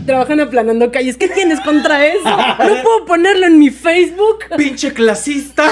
trabajan aplanando calles. ¿Qué tienes contra eso? No puedo ponerlo en mi Facebook. ¡Pinche clasista!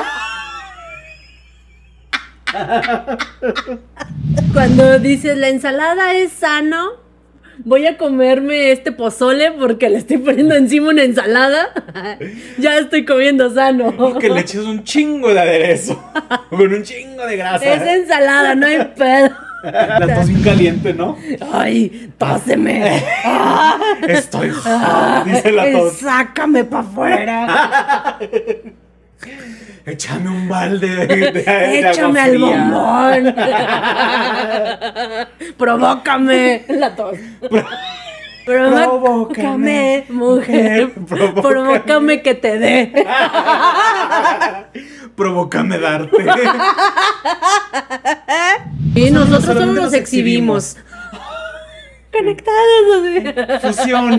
Cuando dices la ensalada es sano, voy a comerme este pozole porque le estoy poniendo encima una ensalada. Ya estoy comiendo sano. Que le eches un chingo de aderezo. Con un chingo de grasa. Es ensalada, no hay pedo. La tos bien caliente, ¿no? Ay, tóseme. Estoy dice la tos. Sácame pa' afuera. Échame un balde de Échame agua al fría. bombón. Provócame. La tos. Provócame, mujer. Provócame que te dé. Provócame darte. Y nosotros solo nos exhibimos. Conectados. Fusión.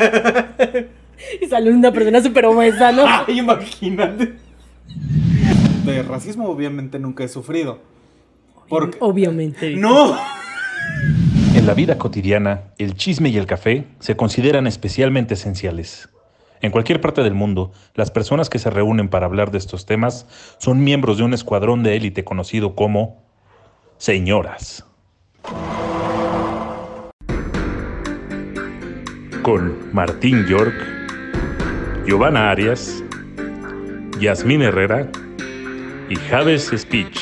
Y sale una persona súper obesa, ¿no? Ay, imagínate. De racismo obviamente nunca he sufrido. Porque... Obviamente. ¡No! En la vida cotidiana, el chisme y el café se consideran especialmente esenciales. En cualquier parte del mundo, las personas que se reúnen para hablar de estos temas son miembros de un escuadrón de élite conocido como señoras. Con Martín York, Giovanna Arias, Yasmín Herrera y Javes Speech.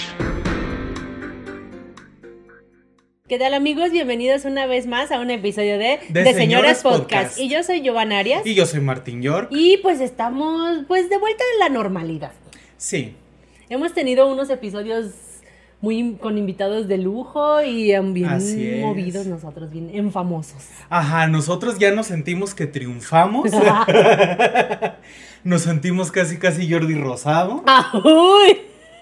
¿Qué tal, amigos? Bienvenidos una vez más a un episodio de Señoras Podcast. Podcast. Y yo soy Giovanna Arias. Y yo soy Martín York. Y pues estamos de vuelta en la normalidad. Sí. Hemos tenido unos episodios con invitados de lujo y bien movidos nosotros, bien famosos. Ajá, nosotros ya nos sentimos que triunfamos. Nos sentimos casi Jordi Rosado. ¡Uy!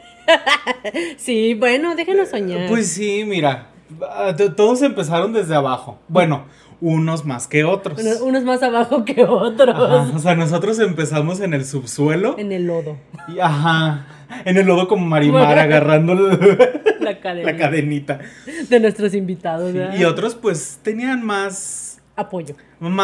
Sí, bueno, déjenos soñar. Pues sí, mira, todos empezaron desde abajo. Bueno, unos más que otros. Unos más abajo que otros. Ajá, o sea, nosotros empezamos en el subsuelo. En el lodo. Y, en el lodo como Marimar, agarrando la cadenita de nuestros invitados, sí, ¿verdad? y otros pues tenían más apoyo.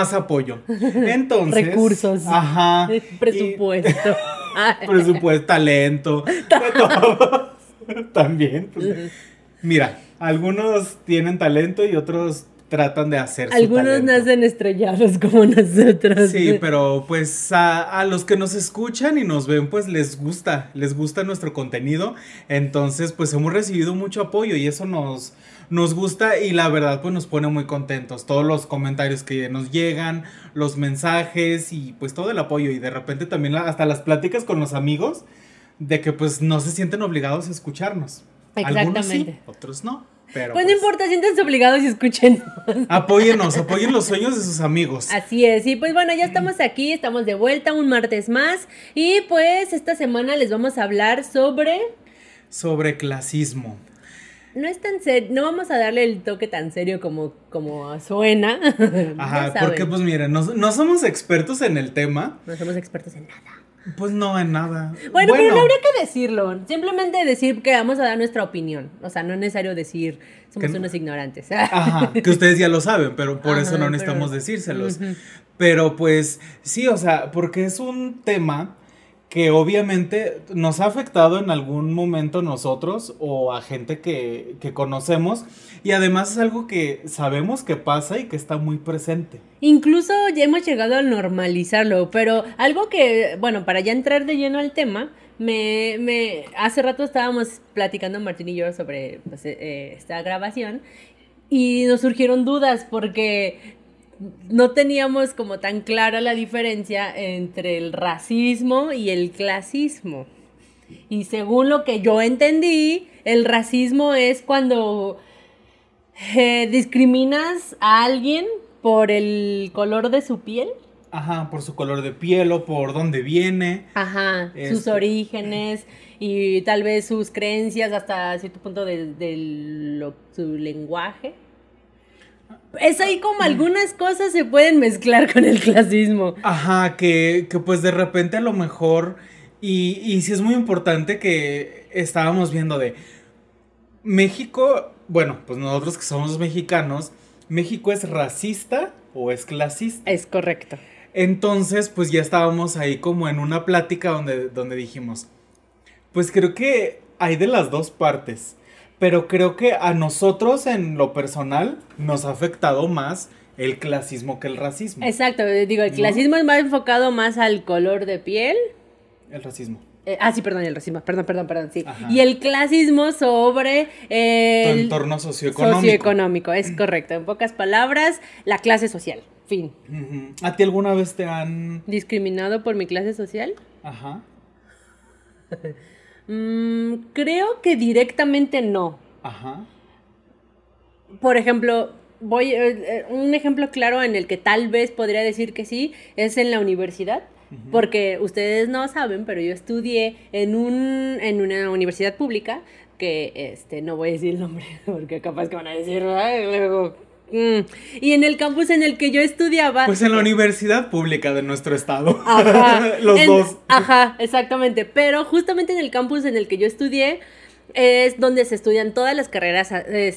Entonces, recursos. Ajá. Presupuesto. Presupuesto, talento. De todo. También. Pues, mira, algunos tienen talento y otros tratan de hacer su Algunos talento. nacen estrellados como nosotros. Sí, pero pues a los que nos escuchan y nos ven, pues les gusta nuestro contenido. Entonces, pues hemos recibido mucho apoyo y eso nos gusta y la verdad pues nos pone muy contentos. Todos los comentarios que nos llegan, los mensajes y pues todo el apoyo. Y de repente también hasta las pláticas con los amigos de que pues no se sienten obligados a escucharnos. Exactamente. Algunos sí, otros no. Pero pues no importa, siéntense obligados y escuchen. Apoyen los sueños de sus amigos. Así es, y pues bueno, ya estamos aquí, estamos de vuelta un martes más. Y pues esta semana les vamos a hablar sobre clasismo. No es tan serio, no vamos a darle el toque tan serio como suena. Ajá, porque pues miren, no somos expertos en el tema. No somos expertos en nada. Pues no, en nada. Bueno, pero no habría que decirlo. Simplemente decir que vamos a dar nuestra opinión. O sea, no es necesario decir somos unos ignorantes. Ajá, que ustedes ya lo saben, pero por eso no necesitamos decírselos. Pero pues sí, o sea, porque es un tema que obviamente nos ha afectado en algún momento nosotros o a gente que conocemos y además es algo que sabemos que pasa y que está muy presente. Incluso ya hemos llegado a normalizarlo, pero algo que, bueno, para ya entrar de lleno al tema, hace rato estábamos platicando Martín y yo sobre pues, esta grabación y nos surgieron dudas porque no teníamos como tan clara la diferencia entre el racismo y el clasismo. Y según lo que yo entendí, el racismo es cuando discriminas a alguien por el color de su piel. Ajá, por su color de piel o por dónde viene. Ajá, sus orígenes y tal vez sus creencias hasta cierto punto de su lenguaje. Es ahí como algunas cosas se pueden mezclar con el clasismo. Ajá, que pues de repente a lo mejor, y sí es muy importante que estábamos viendo de México, bueno, pues nosotros que somos mexicanos, ¿México es racista o es clasista? Es correcto. Entonces, pues ya estábamos ahí como en una plática donde dijimos, pues creo que hay de las dos partes, pero creo que a nosotros en lo personal nos ha afectado más el clasismo que el racismo. Exacto, digo, el clasismo es más enfocado más al color de piel. El racismo. Sí, perdón, el racismo, perdón, sí. Ajá. Y el clasismo sobre Tu el entorno socioeconómico. socioeconómico, es correcto. En pocas palabras, la clase social, fin. Ujú. ¿A ti alguna vez te han...? ¿Discriminado por mi clase social? Ajá, Creo que directamente no. ajá, Por ejemplo, un ejemplo claro en el que tal vez podría decir que sí, es en la universidad. Porque ustedes no saben, pero yo estudié en una universidad pública que, no voy a decir el nombre, porque capaz que van a decir, "Ay, luego, Y en el campus en el que yo estudiaba... Pues en la universidad pública de nuestro estado. Ajá, Los dos. Ajá, exactamente. Pero justamente en el campus en el que yo estudié es donde se estudian todas las carreras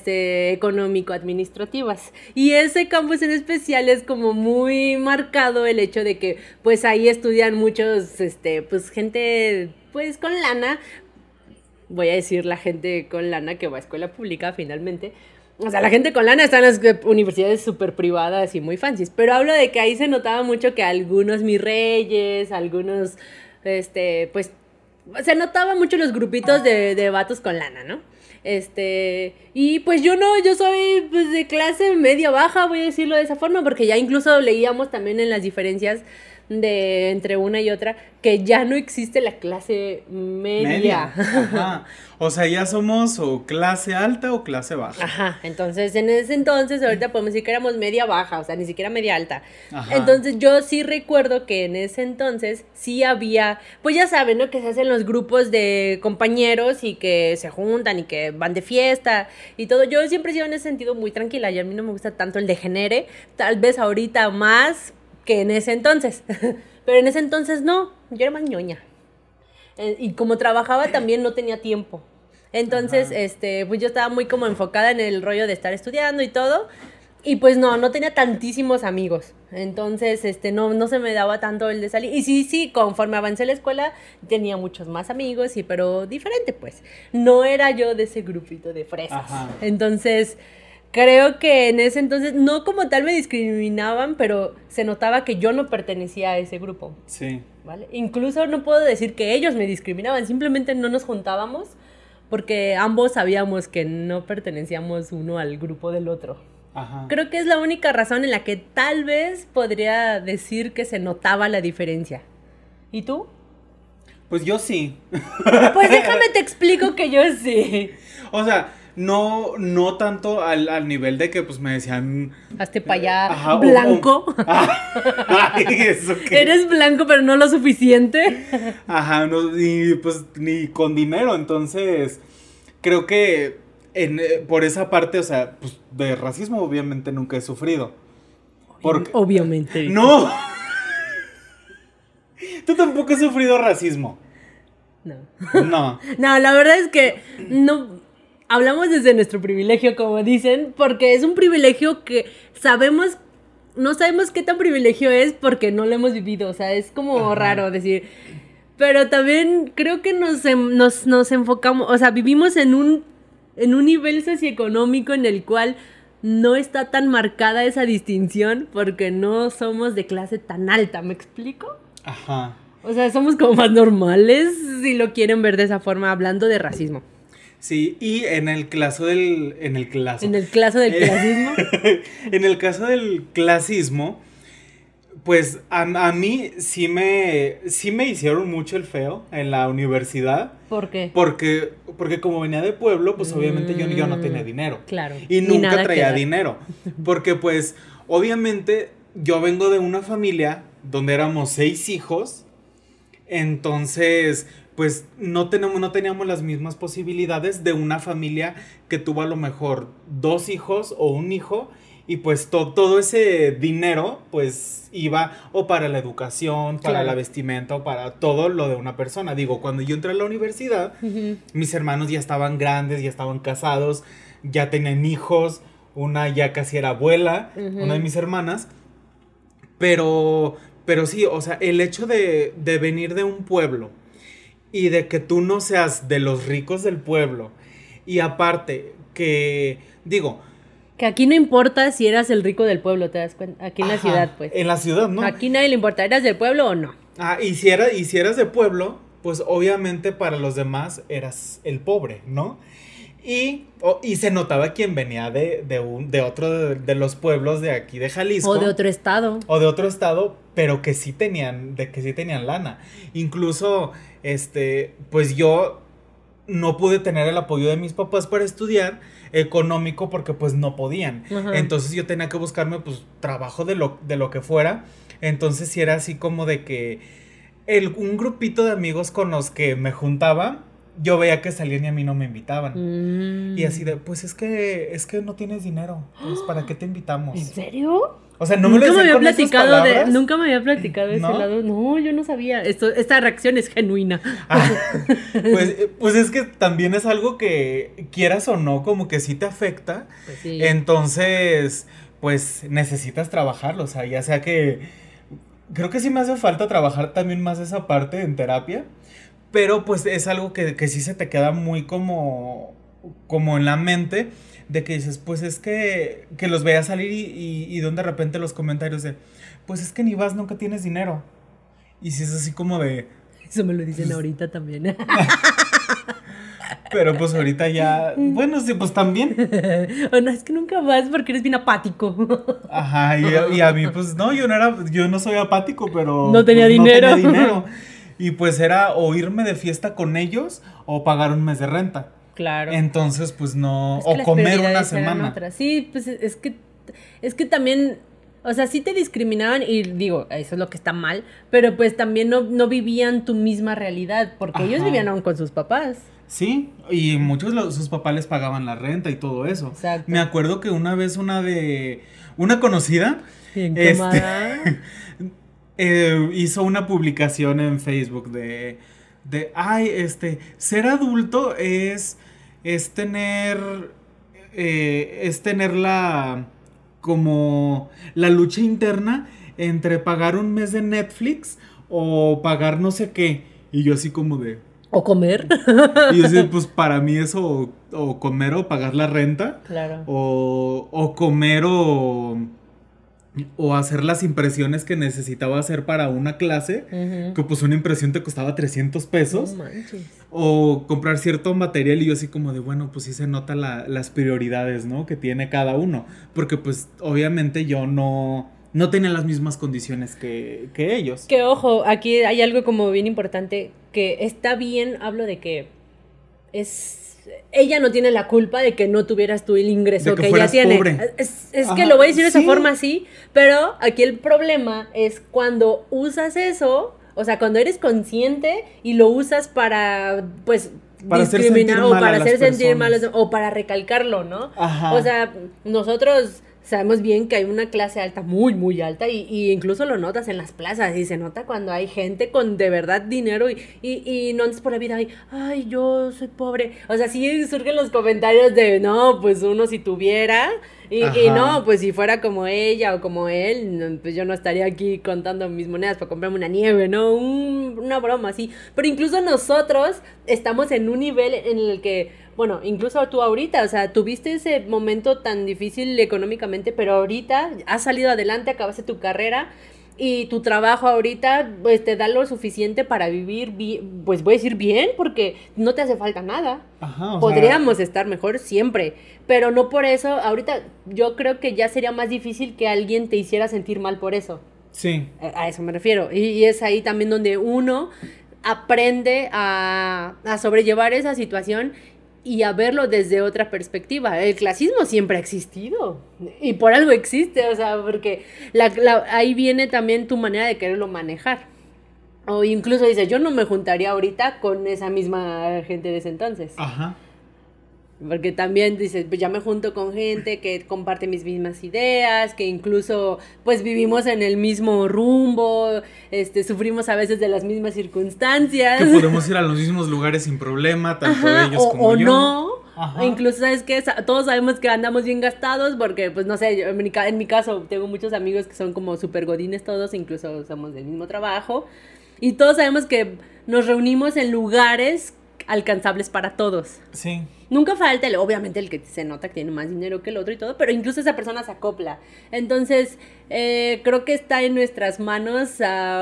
económico-administrativas. Y ese campus en especial es como muy marcado el hecho de que pues ahí estudian muchos, pues gente pues con lana. Voy a decir la gente con lana que va a escuela pública finalmente. O sea, la gente con lana está en las universidades súper privadas y muy fancies. Pero hablo de que ahí se notaba mucho que algunos mis reyes, algunos, pues, se notaba mucho los grupitos de vatos con lana, ¿no? Y pues yo soy pues, de clase media baja, voy a decirlo de esa forma, porque ya incluso leíamos también en las diferencias entre una y otra que ya no existe la clase media. Ajá. O sea, ya somos o clase alta o clase baja. Ajá, entonces en ese entonces ahorita podemos decir que éramos media baja, o sea, ni siquiera media alta. Ajá. Entonces yo sí recuerdo que en ese entonces sí había, pues ya saben, ¿no? Que se hacen los grupos de compañeros y que se juntan y que van de fiesta y todo. Yo siempre he sido en ese sentido muy tranquila y a mí no me gusta tanto el degenere, tal vez ahorita más que en ese entonces, pero en ese entonces no, yo era más ñoña. Y como trabajaba también no tenía tiempo. Entonces, pues yo estaba muy como enfocada en el rollo de estar estudiando y todo. Y pues no tenía tantísimos amigos. Entonces, no se me daba tanto el de salir. Y sí, conforme avancé la escuela, tenía muchos más amigos, pero diferente, pues. No era yo de ese grupito de fresas. Ajá. Entonces, creo que en ese entonces, no como tal me discriminaban, pero se notaba que yo no pertenecía a ese grupo. Sí. ¿Vale? Incluso no puedo decir que ellos me discriminaban, simplemente no nos juntábamos porque ambos sabíamos que no pertenecíamos uno al grupo del otro. Ajá. Creo que es la única razón en la que tal vez podría decir que se notaba la diferencia. ¿Y tú? Pues yo sí. Pues déjame te explico que yo sí. O sea, no tanto al nivel de que pues me decían... Hazte para allá, Ajá, blanco. Ay, ¿eso qué? Eres blanco, pero no lo suficiente. Ajá, ni con dinero, entonces creo que por esa parte, o sea, pues de racismo obviamente nunca he sufrido. Obviamente. ¡No! Tú tampoco has sufrido racismo. No. No. No, la verdad es que no hablamos desde nuestro privilegio, como dicen, porque es un privilegio que no sabemos qué tan privilegio es porque no lo hemos vivido, o sea, es como Ajá. raro decir, pero también creo que nos enfocamos, o sea, vivimos en un nivel socioeconómico en el cual no está tan marcada esa distinción porque no somos de clase tan alta, ¿me explico? Ajá. O sea, somos como más normales, si lo quieren ver de esa forma, hablando de racismo. Sí, y en el caso del... En el caso del clasismo. En el caso del clasismo, pues a mí sí me hicieron mucho el feo en la universidad. ¿Por qué? Porque como venía de pueblo, pues obviamente yo no tenía dinero. Claro. Y Ni nunca nada que traía dar. dinero. Porque pues obviamente yo vengo de una familia donde éramos 6 hijos. Entonces, pues no teníamos las mismas posibilidades de una familia que tuvo a lo mejor 2 hijos o un hijo. Y pues todo ese dinero pues iba o para la educación, para Claro. la vestimenta o para todo lo de una persona. Digo, cuando yo entré a la universidad, mis hermanos ya estaban grandes, ya estaban casados, ya tenían hijos. una ya casi era abuela, una de mis hermanas, pero sí, o sea, el hecho de venir de un pueblo y de que tú no seas de los ricos del pueblo, y aparte que, digo... Que aquí no importa si eras el rico del pueblo, ¿te das cuenta? Aquí en la ciudad, pues. En la ciudad, ¿no? Aquí nadie le importa, ¿eras del pueblo o no? Y si eras de pueblo, pues obviamente para los demás eras el pobre, ¿no? Y se notaba quien venía de otro de los pueblos de aquí de Jalisco. O de otro estado. O de otro estado, pero que sí tenían lana. Incluso, pues yo no pude tener el apoyo de mis papás para estudiar económico porque pues no podían. Ajá. Entonces yo tenía que buscarme pues trabajo de lo que fuera. Entonces sí era así como de que un grupito de amigos con los que me juntaba, yo veía que salían y a mí no me invitaban. Y así de, pues es que no tienes dinero, pues ¿para qué te invitamos? ¿En serio? O sea, no me lo decían con esas palabras. Nunca me había platicado de ese lado. No, yo no sabía. Esta reacción es genuina. Pues es que también es algo que, quieras o no, como que sí te afecta. Pues sí. Entonces, pues necesitas trabajarlo. O sea, ya sea que... Creo que sí me hace falta trabajar también más esa parte en terapia. Pero pues es algo que sí se te queda muy como en la mente. De que dices, pues es que los veas salir y de repente los comentarios de, pues es que ni vas, nunca tienes dinero. Y si es así como de... Eso me lo dicen ahorita también. Pero pues ahorita ya, bueno, sí, pues también. O no, es que nunca vas porque eres bien apático. Ajá, y a mí pues no, yo no soy apático, pero... No tenía dinero. No tenía dinero. Y pues era o irme de fiesta con ellos o pagar un mes de renta. Claro. Entonces, pues no, o comer una semana. Sí, pues es que también, o sea, sí te discriminaban y digo, eso es lo que está mal, pero pues también no vivían tu misma realidad, porque ellos vivían aún con sus papás. Sí, y muchos sus papás les pagaban la renta y todo eso. Exacto. Me acuerdo que una vez una conocida, hizo una publicación en Facebook de ser adulto es tener como la lucha interna entre pagar un mes de Netflix o pagar no sé qué. Y yo así como de... O comer. Y yo así, pues para mí eso, o comer o pagar la renta. Claro. O comer o hacer las impresiones que necesitaba hacer para una clase, que pues una impresión te costaba 300 pesos. No manches. O comprar cierto material y yo así como de, bueno, pues sí se nota las prioridades, ¿no? Que tiene cada uno. Porque pues obviamente yo no tenía las mismas condiciones que ellos. Que ojo, aquí hay algo como bien importante, que está bien, hablo de que ella no tiene la culpa de que no tuvieras tú el ingreso que ella tiene. Pobre. Es que lo voy a decir de esa forma así, pero aquí el problema es cuando usas eso, o sea, cuando eres consciente y lo usas para, pues, discriminar o para hacer sentir mal o para recalcarlo, ¿no? Ajá. O sea, nosotros sabemos bien que hay una clase alta, muy, muy alta, y incluso lo notas en las plazas, y se nota cuando hay gente con de verdad dinero, y no andas por la vida, ay, yo soy pobre. O sea, sí surgen los comentarios de, no, pues uno si tuviera, y no, pues si fuera como ella o como él, pues yo no estaría aquí contando mis monedas para comprarme una nieve, ¿no? Una broma así. Pero incluso nosotros estamos en un nivel en el que, bueno, incluso tú ahorita, o sea, tuviste ese momento tan difícil económicamente, pero ahorita has salido adelante, acabaste tu carrera y tu trabajo ahorita pues te da lo suficiente para vivir bien, pues voy a decir bien, porque no te hace falta nada. Ajá, podríamos estar mejor siempre, pero no por eso. Ahorita yo creo que ya sería más difícil que alguien te hiciera sentir mal por eso. Sí. A eso me refiero, y es ahí también donde uno aprende a sobrellevar esa situación y a verlo desde otra perspectiva. El clasismo siempre ha existido y por algo existe, o sea, porque ahí viene también tu manera de quererlo manejar. O incluso dices, yo no me juntaría ahorita con esa misma gente de ese entonces. Ajá. Porque también dices, pues ya me junto con gente que comparte mis mismas ideas, que incluso pues vivimos en el mismo rumbo, sufrimos a veces de las mismas circunstancias. Que podemos ir a los mismos lugares sin problema, tanto ellos como yo. Ajá. Incluso, ¿sabes qué? Todos sabemos que andamos bien gastados porque, pues, no sé, en mi caso tengo muchos amigos que son como súper godines todos, incluso somos del mismo trabajo. Y todos sabemos que nos reunimos en lugares alcanzables para todos. Sí. Nunca falta, obviamente, el que se nota que tiene más dinero que el otro y todo, pero incluso esa persona se acopla. Entonces, creo que está en nuestras manos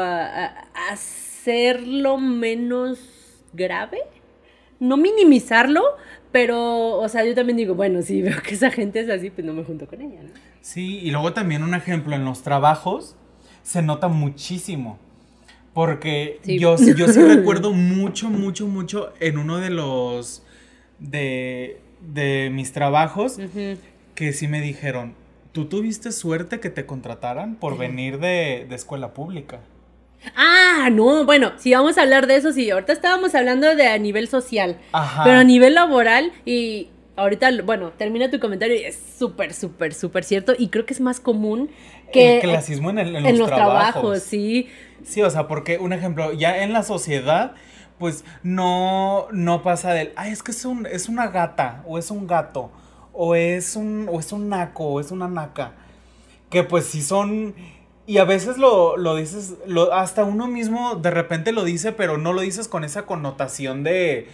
hacerlo menos grave. No minimizarlo, pero, o sea, yo también digo, bueno, si veo que esa gente es así, pues no me junto con ella, ¿no? Sí, y luego también un ejemplo, en los trabajos se nota muchísimo. Porque Sí. yo sí recuerdo mucho en uno de los de mis trabajos Ujú. que sí me dijeron, tú tuviste suerte que te contrataran por venir de escuela pública. Ah, no, bueno, si vamos a hablar de eso, sí, ahorita estábamos hablando de a nivel social, Ajá. pero a nivel laboral y ahorita, bueno, termina tu comentario y es súper cierto y creo que es más común que el clasismo en en los trabajos. trabajos, sí. Sí, o sea, porque un ejemplo, ya en la sociedad, pues no pasa del, ay, es que es una gata, o es un gato, o es un naco, o es una naca, que pues sí son, y a veces lo dices, hasta uno mismo de repente lo dice, pero no lo dices con esa connotación de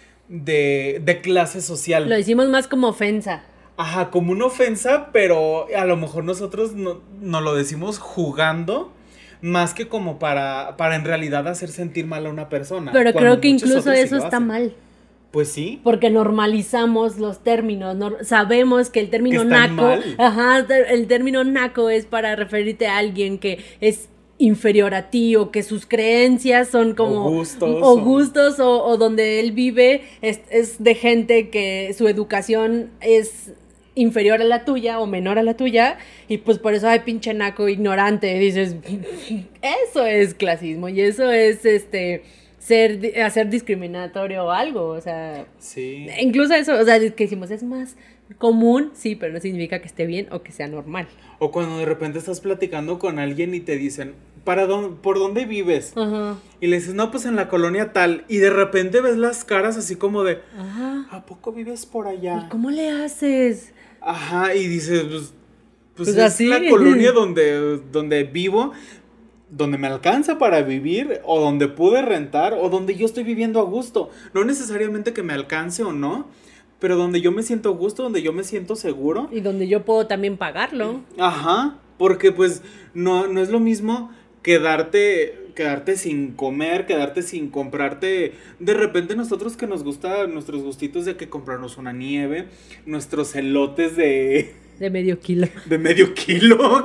clase social. Lo decimos más como ofensa. Ajá, como una ofensa, pero a lo mejor nosotros no lo decimos jugando, más que como para en realidad hacer sentir mal a una persona. Pero cuando creo que muchos incluso otros sí eso lo está hacen. mal. Pues sí. Porque normalizamos los términos, sabemos que el término Que están naco, mal. ajá, el término naco es para referirte a alguien que es inferior a ti o que sus creencias son como O gustos, o donde él vive es de gente que su educación es inferior a la tuya o menor a la tuya y pues por eso hay pinche naco ignorante, dices, eso es clasismo y eso es hacer discriminatorio o algo, o sea, Sí. incluso eso, o sea, que decimos es más común, sí, pero no significa que esté bien o que sea normal. O cuando de repente estás platicando con alguien y te dicen, ¿por dónde vives? Ajá. Y le dices, no, pues en la colonia tal. Y de repente ves las caras así como de, Ajá. ¿a poco vives por allá? ¿Y cómo le haces? Ajá, y dices, pues Pues es así. la colonia donde vivo, donde me alcanza para vivir, o donde pude rentar, o donde yo estoy viviendo a gusto. No necesariamente que me alcance o no, pero donde yo me siento a gusto, donde yo me siento seguro. Y donde yo puedo también pagarlo. Ajá, porque pues no es lo mismo quedarte sin comer, quedarte sin comprarte. De repente nosotros que nos gusta nuestros gustitos de que comprarnos una nieve, nuestros elotes de medio kilo. de medio kilo.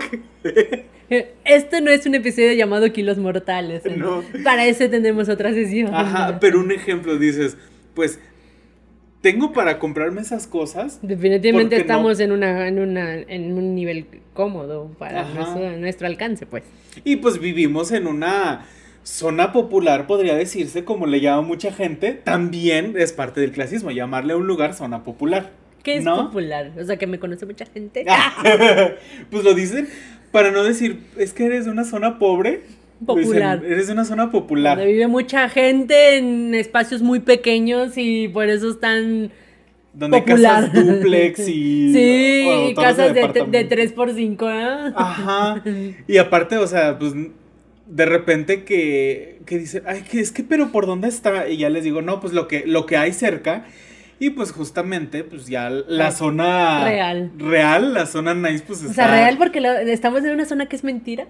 Este no es un episodio llamado Kilos Mortales. No. Para eso tendremos otra sesión. Ajá, pero un ejemplo, dices, pues tengo para comprarme esas cosas. Definitivamente porque estamos en un nivel cómodo para Ajá. nuestro alcance, pues. Y pues vivimos en una zona popular, podría decirse, como le llama mucha gente. También es parte del clasismo, llamarle a un lugar zona popular. ¿Qué es ¿no? popular? O sea, que me conoce mucha gente. Pues lo dicen para no decir, es que eres de una zona pobre. Popular. Dicen, eres de una zona popular. Donde vive mucha gente en espacios muy pequeños y por eso están Donde popular. hay casas duplex y... Sí, o torres casas de departamento. 3x5, ¿eh? Ajá. Y aparte, o sea, pues de repente que dicen, ay, que es que, pero ¿por dónde está? Y ya les digo, no, pues lo que hay cerca. Y pues justamente, pues ya la zona... Real. Real, la zona nice, pues O está... sea, real porque estamos en una zona que es mentira.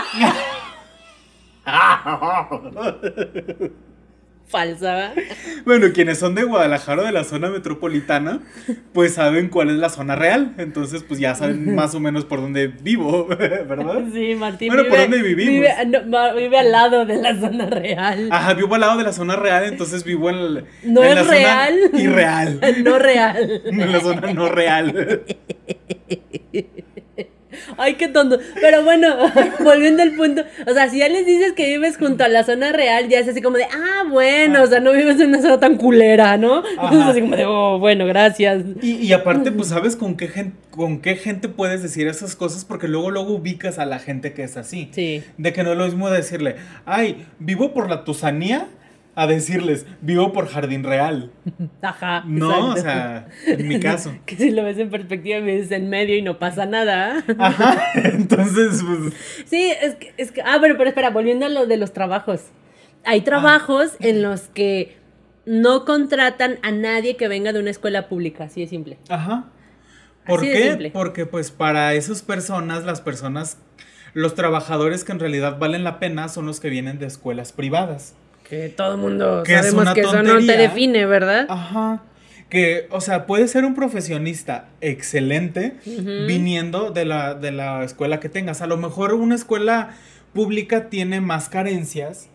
Falsa, ¿verdad? Bueno, quienes son de Guadalajara o de la zona metropolitana, pues saben cuál es la zona real. Entonces, pues ya saben más o menos por dónde vivo, ¿verdad? Sí, Martín Bueno, ¿por dónde vivimos? Vive al lado de la zona real. Ajá, vivo al lado de la zona real, entonces vivo No en es la real. zona irreal. No real. En la zona no real. Ay, qué tonto. Pero bueno, volviendo al punto. O sea, si ya les dices que vives junto a la zona real, ya es así como de, bueno, o sea, no vives en una zona tan culera, ¿no? Ajá. Es así como de, bueno, gracias. Y aparte, pues, ¿sabes con qué gente puedes decir esas cosas? Porque luego ubicas a la gente que es así. Sí. De que no es lo mismo decirle, ay, vivo por la Tusanía, a decirles, vivo por Jardín Real. Ajá. No, exacto. o sea, en mi caso. Que si lo ves en perspectiva, me dices en medio y no pasa nada. Ajá, entonces, pues... Sí, pero espera, volviendo a lo de los trabajos. Hay trabajos en los que no contratan a nadie que venga de una escuela pública, así de simple. Ajá. ¿Por Así de qué? simple. Porque pues para esas personas, los trabajadores que en realidad valen la pena son los que vienen de escuelas privadas. Que todo el mundo Que es sabemos una que eso no te tontería. define, ¿verdad? Ajá. Que, o sea, puede ser un profesionista excelente viniendo de la escuela que tengas. A lo mejor una escuela pública tiene más carencias,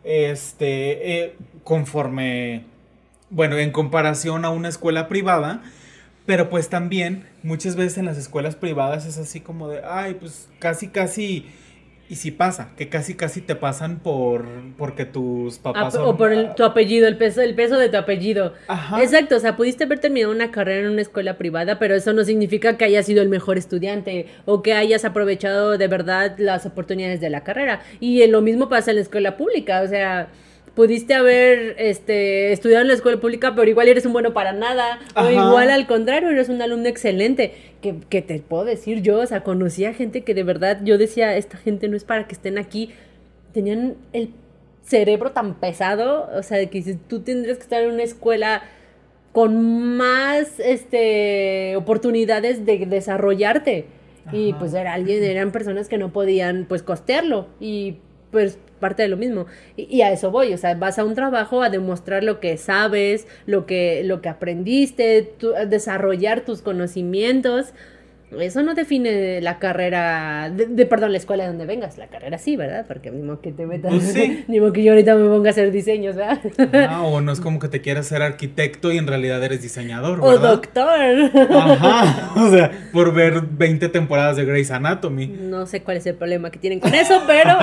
conforme, bueno, en comparación a una escuela privada, pero pues también muchas veces en las escuelas privadas es así como de, ay, pues casi, y sí pasa, que casi te pasan porque tus papás son... O por tu apellido, el peso de tu apellido. Ajá. Exacto, o sea, pudiste haber terminado una carrera en una escuela privada, pero eso no significa que hayas sido el mejor estudiante o que hayas aprovechado de verdad las oportunidades de la carrera. Y lo mismo pasa en la escuela pública, o sea, pudiste haber estudiado en la escuela pública, pero igual eres un bueno para nada, Ajá. o igual al contrario, eres un alumno excelente, que te puedo decir yo, o sea, conocía gente que de verdad yo decía, esta gente no es para que estén aquí, tenían el cerebro tan pesado, o sea, de que si tú tendrías que estar en una escuela con más oportunidades de desarrollarte. Y Ajá. pues eran personas que no podían pues costearlo. Y pues parte de lo mismo. Y a eso voy, o sea, vas a un trabajo a demostrar lo que sabes, lo que aprendiste, desarrollar tus conocimientos. Eso no define la carrera, perdón, la escuela de donde vengas. La carrera sí, ¿verdad? Porque ni modo que te metas, Pues sí. ni modo que yo ahorita me ponga a hacer diseños, ¿verdad? Ajá, o no es como que te quieras ser arquitecto y en realidad eres diseñador, O ¿verdad? doctor. Ajá, o sea, por ver 20 temporadas de Grey's Anatomy. No sé cuál es el problema que tienen con eso, pero...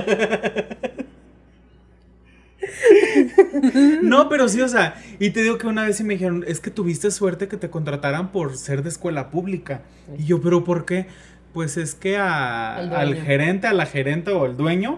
No, pero sí, o sea, y te digo que una vez sí me dijeron, es que tuviste suerte que te contrataran por ser de escuela pública. Y yo, ¿pero por qué? Pues es que al gerente, a la gerente o el dueño,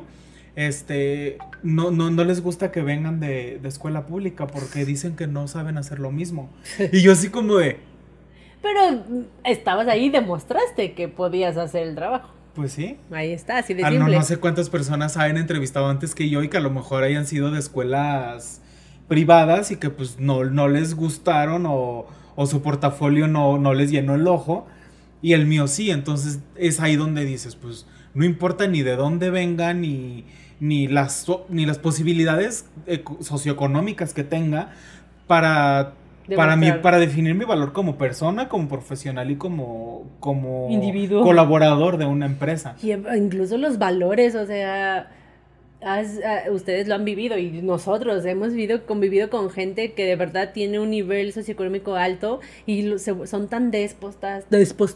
no les gusta que vengan de escuela pública porque dicen que no saben hacer lo mismo. Y yo así como de... Pero estabas ahí y demostraste que podías hacer el trabajo. Pues sí. Ahí está, así de No, simple. no sé cuántas personas hayan entrevistado antes que yo y que a lo mejor hayan sido de escuelas privadas y que pues no les gustaron o su portafolio no les llenó el ojo y el mío sí. Entonces es ahí donde dices, pues no importa ni de dónde vengan ni las posibilidades socioeconómicas que tenga para definir mi valor como persona, como profesional y como individuo, colaborador de una empresa. Y incluso los valores, o sea, ustedes lo han vivido y nosotros hemos convivido con gente que de verdad tiene un nivel socioeconómico alto y son tan déspotas,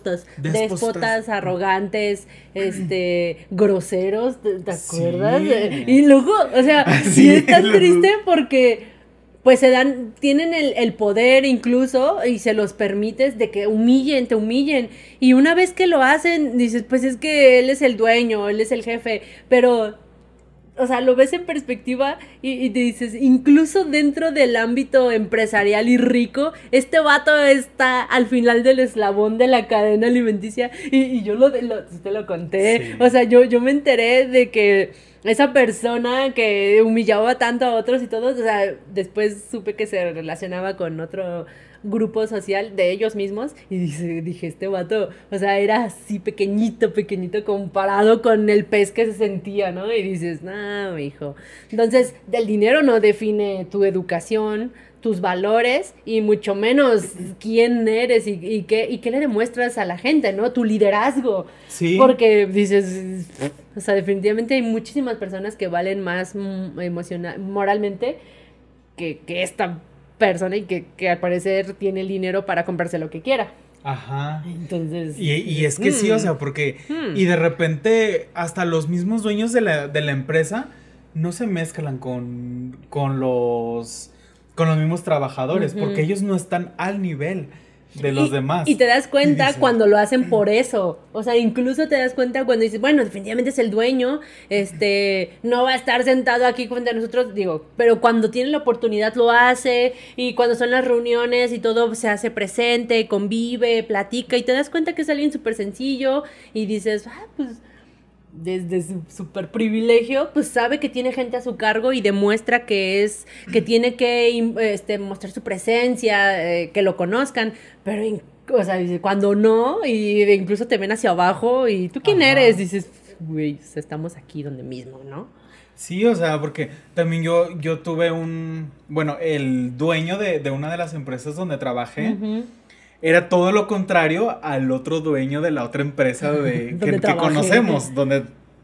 arrogantes, groseros, ¿te acuerdas? Sí. Y luego, o sea, Sí, sí es tan triste porque... pues tienen el poder incluso y se los permites de que te humillen. Y una vez que lo hacen, dices, pues es que él es el dueño, él es el jefe. Pero, o sea, lo ves en perspectiva y te dices, incluso dentro del ámbito empresarial y rico, este vato está al final del eslabón de la cadena alimenticia. Y yo te lo conté. Sí. O sea, yo me enteré de que... esa persona que humillaba tanto a otros y todos, o sea, después supe que se relacionaba con otro grupo social de ellos mismos y dije, este vato, o sea, era así pequeñito comparado con el pez que se sentía, ¿no? Y dices, no, hijo. Entonces, el dinero no define tu educación, tus valores y mucho menos quién eres y qué le demuestras a la gente, ¿no? Tu liderazgo. Sí. Porque dices, o sea, definitivamente hay muchísimas personas que valen más moralmente que esta persona y que al parecer tiene el dinero para comprarse lo que quiera. Ajá. Entonces... Y es que sí, o sea, porque... Y de repente hasta los mismos dueños de la empresa no se mezclan con los mismos trabajadores, porque ellos no están al nivel de los demás. Y te das cuenta dices, cuando lo hacen por eso. O sea, incluso te das cuenta cuando dices, bueno, definitivamente es el dueño, no va a estar sentado aquí frente a nosotros, digo, pero cuando tiene la oportunidad lo hace, y cuando son las reuniones y todo se hace presente, convive, platica, y te das cuenta que es alguien súper sencillo, y dices, pues desde su super privilegio, pues sabe que tiene gente a su cargo y demuestra que tiene que mostrar su presencia, que lo conozcan, pero o sea, cuando no, y incluso te ven hacia abajo, y ¿tú quién eres? Dices, güey, estamos aquí donde mismo, ¿no? Sí, o sea, porque también yo tuve el dueño de una de las empresas donde trabajé, era todo lo contrario al otro dueño de la otra empresa que conocemos, donde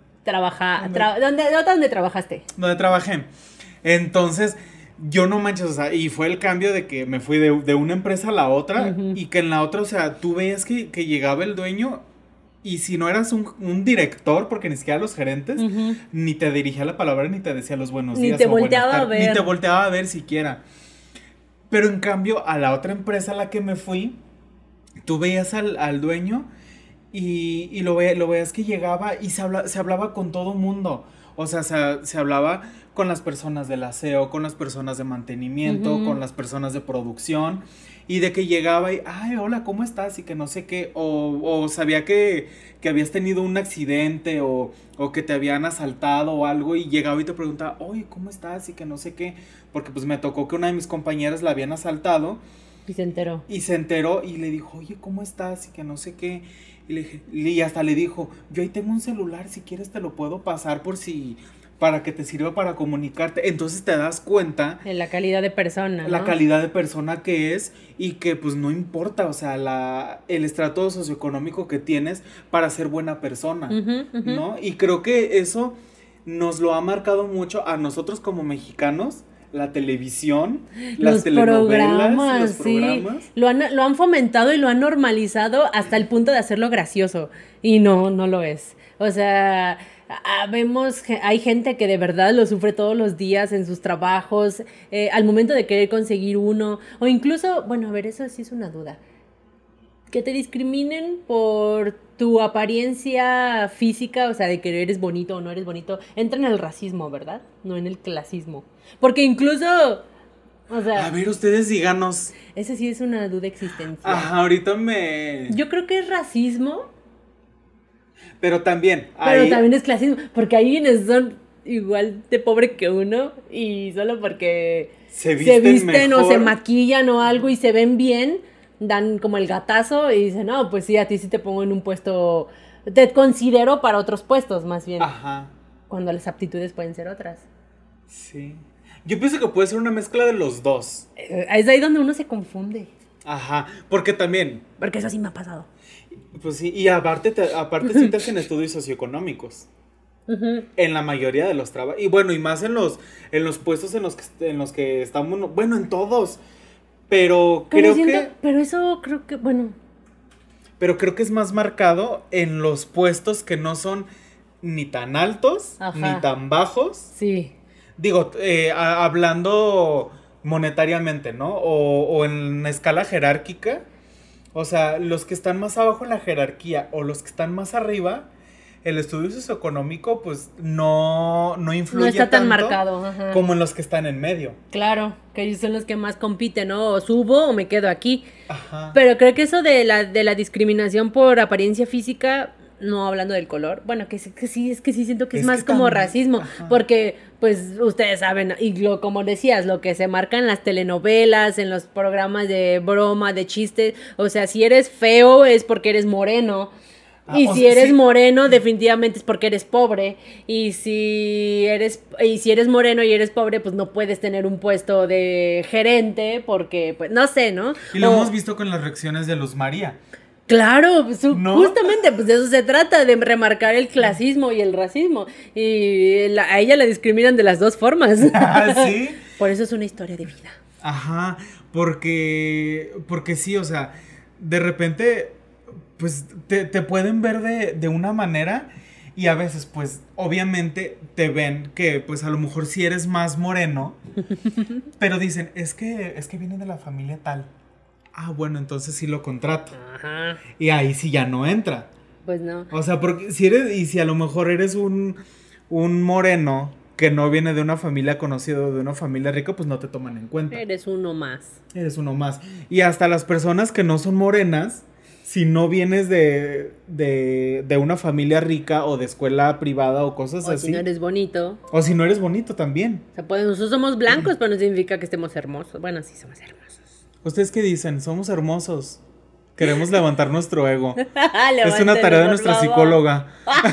trabajaste. Donde trabajé. Entonces, yo no manches, o sea, y fue el cambio de que me fui de una empresa a la otra, y que en la otra, o sea, tú veías que llegaba el dueño, y si no eras un director, porque ni siquiera los gerentes, ni te dirigía la palabra, ni te decía los buenos días. Ni te volteaba a ver. Ni te volteaba a ver siquiera. Pero en cambio, a la otra empresa a la que me fui, tú veías al dueño y lo veías que llegaba y se hablaba con todo mundo. O sea, se hablaba con las personas del aseo, con las personas de mantenimiento, con las personas de producción. Y de que llegaba y, ay, hola, ¿cómo estás? Y que no sé qué. O sabía que habías tenido un accidente o que te habían asaltado o algo. Y llegaba y te preguntaba, oye, ¿cómo estás? Y que no sé qué. Porque pues me tocó que una de mis compañeras la habían asaltado. Y se enteró. Y le dijo, oye, ¿cómo estás? Y que no sé qué. Y hasta le dijo, yo ahí tengo un celular, si quieres te lo puedo pasar para que te sirva para comunicarte. Entonces te das cuenta de la calidad de persona, la calidad de persona que es, y que pues no importa, o sea, el estrato socioeconómico que tienes para ser buena persona, ¿no? Y creo que eso nos lo ha marcado mucho a nosotros como mexicanos. La televisión, las telenovelas, los programas. Sí. Lo han fomentado y lo han normalizado hasta el punto de hacerlo gracioso. Y no lo es. O sea, hay gente que de verdad lo sufre todos los días en sus trabajos, al momento de querer conseguir uno. O incluso, bueno, a ver, eso sí es una duda. Que te discriminen por tu apariencia física, o sea, de que eres bonito o no eres bonito, entra en el racismo, ¿verdad? No en el clasismo. Porque incluso, o sea... A ver, ustedes díganos. Esa sí es una duda existencial. Ajá, ahorita Yo creo que es racismo. Pero también... también es clasismo, porque hay quienes son igual de pobre que uno y solo porque se visten o se maquillan o algo y se ven bien, dan como el gatazo y dicen, no, pues sí, a ti sí te pongo en un puesto, te considero para otros puestos más bien. Ajá. Cuando las aptitudes pueden ser otras. Sí. Yo pienso que puede ser una mezcla de los dos. Es ahí donde uno se confunde. Ajá, porque también... Porque eso sí me ha pasado. Pues sí, y aparte sí te hacen estudios socioeconómicos. En la mayoría de los trabajos. Y bueno, y más en los puestos en los que estamos, bueno, en todos. Pero eso creo que, bueno. Pero creo que es más marcado en los puestos que no son ni tan altos, ni tan bajos. Sí. Digo, hablando monetariamente, ¿no? O en escala jerárquica. O sea, los que están más abajo en la jerarquía o los que están más arriba, el estudio socioeconómico pues no influye. No está tan tanto marcado, como en los que están en medio. Claro, que ellos son los que más compiten, ¿no? O subo o me quedo aquí. Ajá. Pero creo que eso de la discriminación por apariencia física, no hablando del color, bueno, que sí siento que es más como racismo, porque pues ustedes saben, y como decías, lo que se marca en las telenovelas, en los programas de broma, de chistes, o sea, si eres feo es porque eres moreno. Y si eres moreno, definitivamente es porque eres pobre. Y si eres moreno y eres pobre, pues no puedes tener un puesto de gerente porque, pues, no sé, ¿no? Y lo hemos visto con las reacciones de Luz María. Claro, ¿no? Justamente, pues de eso se trata, de remarcar el clasismo y el racismo. Y a ella la discriminan de las dos formas. ¿Sí? Por eso es una historia de vida. Ajá, porque sí, o sea, de repente... pues te pueden ver de una manera y a veces pues obviamente te ven que pues a lo mejor sí eres más moreno, pero dicen es que viene de la familia tal. Ah, bueno, entonces sí lo contrato. Ajá. Y ahí sí ya no entra. Pues no. O sea, porque si eres, y si a lo mejor eres un moreno que no viene de una familia conocida o de una familia rica, pues no te toman en cuenta. Eres uno más. Eres uno más. Y hasta las personas que no son morenas, si no vienes de una familia rica o de escuela privada o cosas O así. si no eres bonito. O si no eres bonito también. O sea, pues nosotros somos blancos, pero no significa que estemos hermosos. Bueno, sí somos hermosos. ¿Ustedes qué dicen? Somos hermosos. Queremos levantar nuestro ego. Es una Levántelo, tarea de por nuestra favor. psicóloga.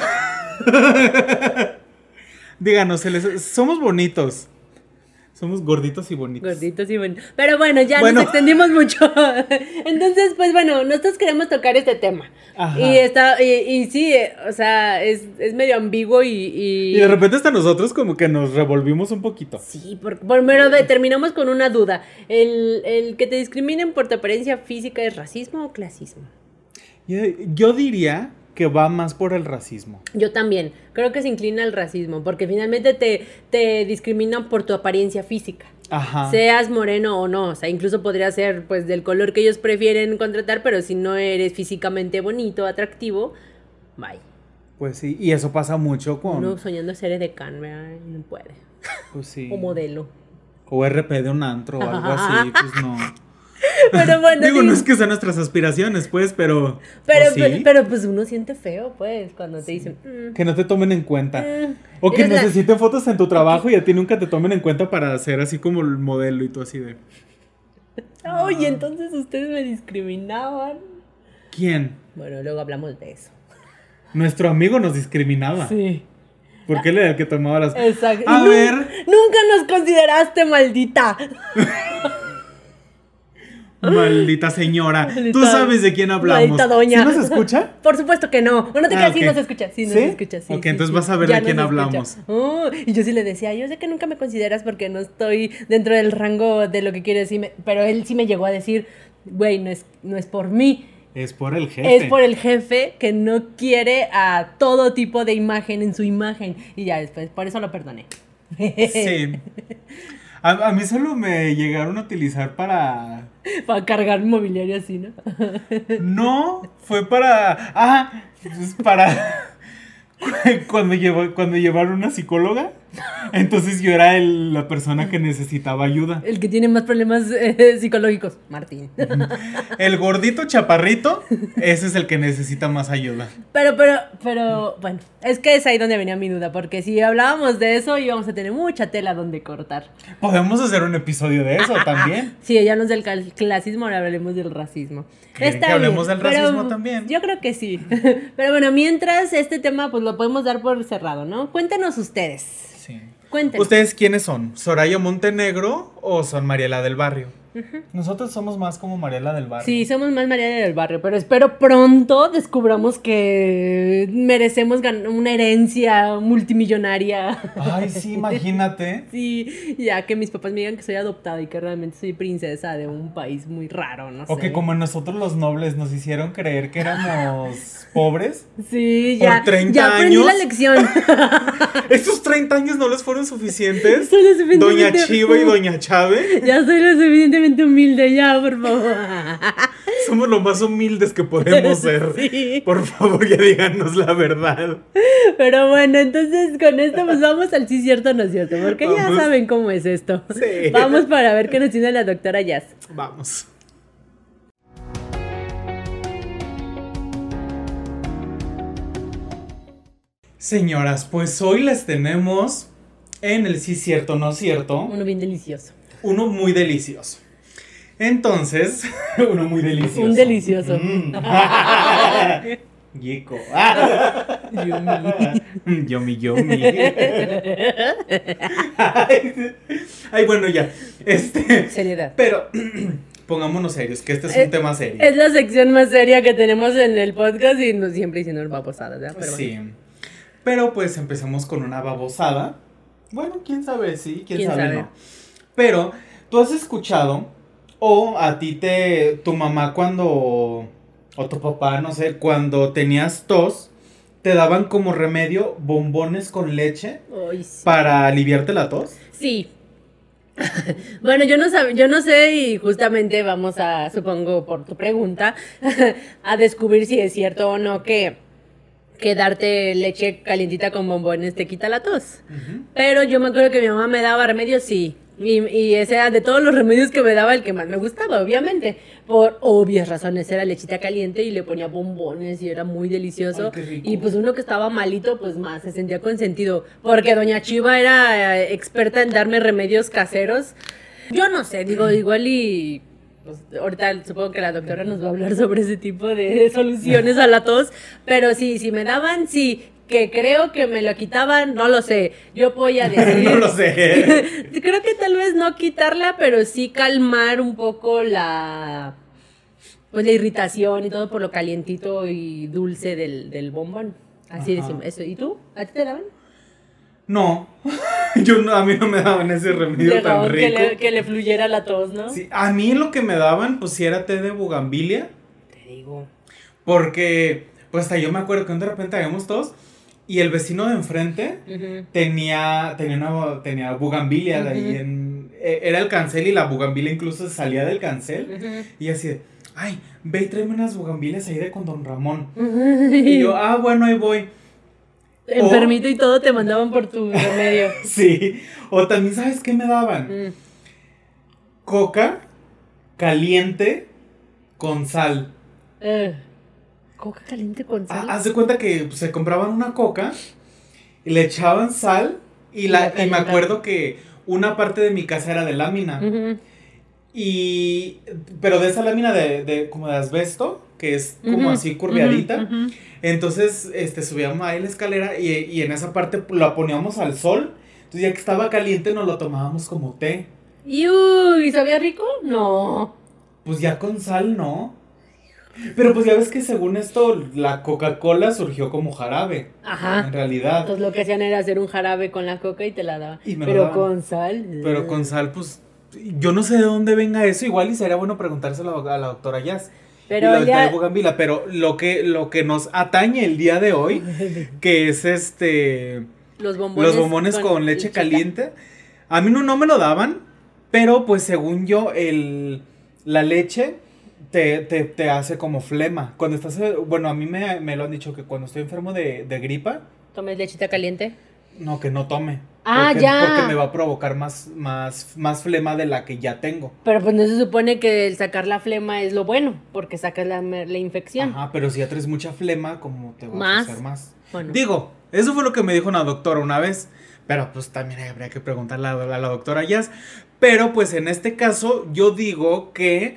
Díganos, somos bonitos. Somos gorditos y bonitos. Gorditos y bonitos. Pero bueno, ya Bueno. nos extendimos mucho. Entonces, pues bueno, nosotros queremos tocar este tema. Ajá. Y sí, o sea, es medio ambiguo Y de repente hasta nosotros como que nos revolvimos un poquito. Sí, pero terminamos con una duda. ¿El que te discriminen por tu apariencia física es racismo o clasismo? Yo diría que va más por el racismo. Yo también. Creo que se inclina al racismo, porque finalmente te discriminan por tu apariencia física. Ajá. Seas moreno o no, o sea, incluso podría ser pues del color que ellos prefieren contratar, pero si no eres físicamente bonito, atractivo, bye. Pues sí, y eso pasa mucho con... Uno soñando ser edecán, ¿verdad? No puede. Pues sí. O modelo. O RP de un antro o algo así, pues no. Pero bueno, Digo, sí. no es que sean nuestras aspiraciones, pues, pero... Pero, ¿o sí? pero pues uno siente feo, pues, cuando te dicen... Que no te tomen en cuenta. O que eres la- necesiten fotos en tu trabajo y a ti nunca te tomen en cuenta para hacer así como el modelo y tú así de... Oye, entonces ustedes me discriminaban. ¿Quién? Bueno, luego hablamos de eso. Nuestro amigo nos discriminaba. Sí. Porque él era el que tomaba las... Exacto. A Y ver... Nunca nos consideraste, maldita. Maldita señora. Maldita- Tú sabes de quién hablamos. maldita doña. ¿Sí nos escucha? Por supuesto que no. Bueno, te Ah, creas, sí ok. nos escucha. Sí, nos ¿Sí? escucha, sí. Ok, sí, entonces sí. vas a ver Ya de quién nos escucha. hablamos. Y yo sí le decía, yo sé que nunca me consideras porque no estoy dentro del rango de lo que quieres decirme. Pero él sí me llegó a decir, güey, no es por mí. Es por el jefe. Es por el jefe que no quiere a todo tipo de imagen en su imagen. Y ya después, por eso lo perdoné. Sí. A mí solo me llegaron a utilizar para... Para cargar mobiliario así, ¿no? No, fue para... Ah, pues para... Cuando llevaron una psicóloga, entonces yo era la persona que necesitaba ayuda. El que tiene más problemas psicológicos, Martín. El gordito chaparrito, ese es el que necesita más ayuda. Pero, bueno, es que es ahí donde venía mi duda, porque si hablábamos de eso íbamos a tener mucha tela donde cortar. Podemos hacer un episodio de eso también. Sí, ya no es del clasismo, ahora hablaremos del racismo. ¿Quieren que hablemos del pero racismo también? Yo creo que sí. Pero bueno, mientras este tema pues lo podemos dar por cerrado, ¿no? Cuéntenos ustedes. Sí. Cuéntenos. ¿Ustedes quiénes son? ¿Soraya Montenegro o son Mariela del Barrio? Nosotros somos más como Mariela del Barrio. Sí, somos más Mariana del Barrio, pero espero pronto descubramos que merecemos una herencia multimillonaria. Ay, sí, imagínate. Sí, ya que mis papás me digan que soy adoptada y que realmente soy princesa de un país muy raro, no sé. O que como nosotros los nobles nos hicieron creer que éramos pobres. Sí, por ya. 30 ya aprendí años. la lección. ¿Estos 30 años no les fueron suficientes? Soy lo suficientemente- Doña Chiva y Doña Chave. Ya soy lo suficientemente humilde, ya, por favor. Somos lo más humildes que podemos ser. Sí. Por favor, ya díganos la verdad. Pero bueno, entonces con esto pues vamos al sí cierto, no es cierto, porque ya Vamos. saben cómo es esto. Sí. Vamos para ver qué nos tiene la doctora Jazz. Vamos. Señoras, pues hoy les tenemos en el sí cierto, no cierto, Uno bien delicioso. uno muy delicioso. Entonces, uno muy delicioso. Un delicioso. Yico. Yumi. Yomi. Ay, bueno, ya. Seriedad. Pero pongámonos serios, que este es un tema serio. Es la sección más seria que tenemos en el podcast y no siempre diciendo babosadas, ¿verdad? Pero Sí. bueno. Pero pues empecemos con una babosada. Bueno, quién sabe, sí, quién ¿Quién sabe, sabe? no. Pero, ¿tú has escuchado o a ti tu mamá o tu papá, no sé, cuando tenías tos, te daban como remedio bombones con leche Ay, sí. para aliviarte la tos? Sí. Bueno, yo no sé y justamente vamos a, supongo por tu pregunta, a descubrir si es cierto o no que darte leche calientita con bombones te quita la tos. Pero yo me acuerdo que mi mamá me daba remedios, sí. Y ese era de todos los remedios que me daba el que más me gustaba, obviamente. Por obvias razones, era lechita caliente y le ponía bombones y era muy delicioso. Ay, qué rico. Y pues uno que estaba malito, pues más se sentía consentido. Porque doña Chiva era experta en darme remedios caseros. Yo no sé, digo, igual y pues, ahorita supongo que la doctora nos va a hablar sobre ese tipo de soluciones a la tos, pero sí, si me daban, sí, que creo que me lo quitaban, no lo sé, yo voy a decir... No lo sé. Creo que tal vez no quitarla, pero sí calmar un poco pues la irritación y todo por lo calientito y dulce del bombón. Así Ajá. decimos, eso. ¿Y tú? ¿A ti te daban? No, a mí no me daban ese remedio tan Dejaban rico. que le fluyera la tos, ¿no? Sí, a mí lo que me daban, pues sí era té de bugambilia, Te digo. porque, pues hasta yo me acuerdo que de repente habíamos todos y el vecino de enfrente Ujú. tenía bugambilia de ahí Ujú. era el cancel y la bugambilia incluso salía del cancel Ujú. y así de, ay, ve y tráeme unas bugambilias ahí de con Don Ramón. Y yo, bueno, ahí voy. Enfermito y todo te mandaban por tu remedio. Sí, o también, ¿sabes qué me daban? Mm. Coca caliente con sal. Coca caliente con sal. Haz de cuenta que pues, se compraban una coca y le echaban sal y me calentaban. acuerdo que una parte de mi casa era de lámina. Ujú. Pero de esa lámina como de asbesto, que es como Ujú, así curviadita. ujú, ujú. Entonces, subíamos ahí la escalera y en esa parte la poníamos al sol. Entonces, ya que estaba caliente, nos lo tomábamos como té. Y uy, ¿sabía rico? No. Pues ya con sal, ¿no? Pero pues ya ves que según esto, la Coca-Cola surgió como jarabe. Ajá. En realidad. Entonces lo que hacían era hacer un jarabe con la coca y te la daban. Y me lo Pero daban. con sal. Pero con sal, pues, yo no sé de dónde venga eso. Igual y sería bueno preguntárselo a la doctora Jazz. Pero y lo del té de ya. Bugambila. Pero lo que nos atañe el día de hoy, que es Los bombones con leche lechita. caliente. A mí no me lo daban, pero pues según yo, la leche te hace como flema. Cuando estás, bueno, a mí me lo han dicho que cuando estoy enfermo de gripa, ¿Tomes lechita caliente? no, que no tome. Ah, porque, ya. Porque me va a provocar más flema de la que ya tengo. Pero pues no se supone que el sacar la flema es lo bueno, porque sacas la infección. Ajá, pero si ya traes mucha flema, como te va Más. a hacer más. Bueno. Digo, eso fue lo que me dijo una doctora una vez. Pero pues también habría que preguntarle a la doctora Jazz. Pero pues en este caso, yo digo que.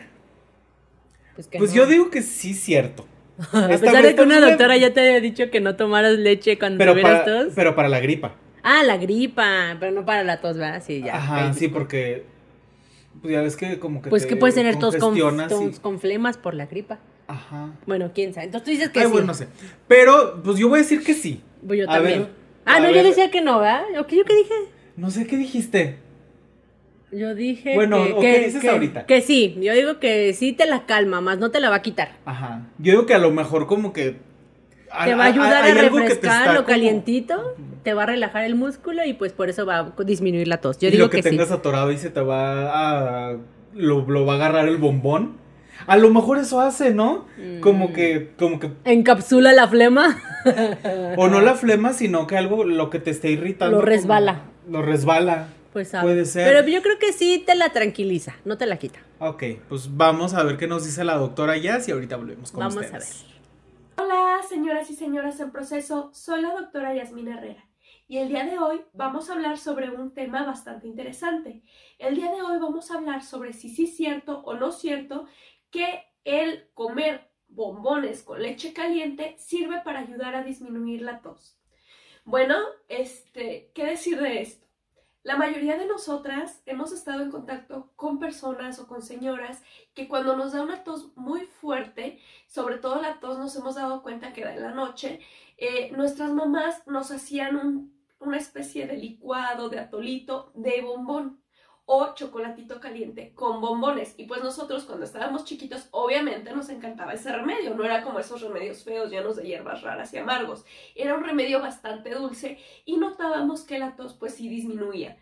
Pues no. yo digo que sí es cierto. A pesar de que una doctora ya te había dicho que no tomaras leche cuando tuvieras tos. Pero para la gripa. Ah, la gripa, pero no para la tos, ¿verdad? Sí, ya. Ajá, ahí. sí, porque. Pues ya ves que como que Pues que puedes tener tos congestionas con flemas por la gripa. Ajá. Bueno, quién sabe. Entonces tú dices que Ay, sí. bueno, no sé. Pero, pues yo voy a decir que sí. Pues yo A también. ver, No, a yo ver. decía que no, ¿verdad? ¿Yo qué dije? No sé qué dijiste. Yo dije Bueno, ¿o qué dices ahorita? Que sí. Yo digo que sí te la calma, más no te la va a quitar. Ajá. Yo digo que a lo mejor como que. Te va a ayudar hay a algo que te refrescar está lo como- calientito, te va a relajar el músculo y pues por eso va a disminuir la tos. Yo y digo lo que que sí. tengas atorado y se te va a. Lo va a agarrar el bombón. A lo mejor eso hace, ¿no? Como que. Encapsula la flema. O no la flema, sino que algo lo que te esté irritando. Lo resbala. Lo resbala. Pues sabe. Puede ser. Pero yo creo que sí te la tranquiliza, no te la quita. Ok, pues vamos a ver qué nos dice la doctora Jazz y ahorita volvemos con Vamos ustedes. a ver. Hola, señoras y señores en proceso, soy la doctora Yasmín Herrera y el día de hoy vamos a hablar sobre un tema bastante interesante. El día de hoy vamos a hablar sobre si sí es cierto o no cierto que el comer bombones con leche caliente sirve para ayudar a disminuir la tos. Bueno, ¿qué decir de esto? La mayoría de nosotras hemos estado en contacto con personas o con señoras que cuando nos da una tos muy fuerte, sobre todo la tos nos hemos dado cuenta que da en la noche, nuestras mamás nos hacían una especie de licuado, de atolito, de bombón. o chocolatito caliente con bombones. Y pues nosotros cuando estábamos chiquitos obviamente nos encantaba ese remedio, no era como esos remedios feos llenos de hierbas raras y amargos, era un remedio bastante dulce y notábamos que la tos pues sí disminuía.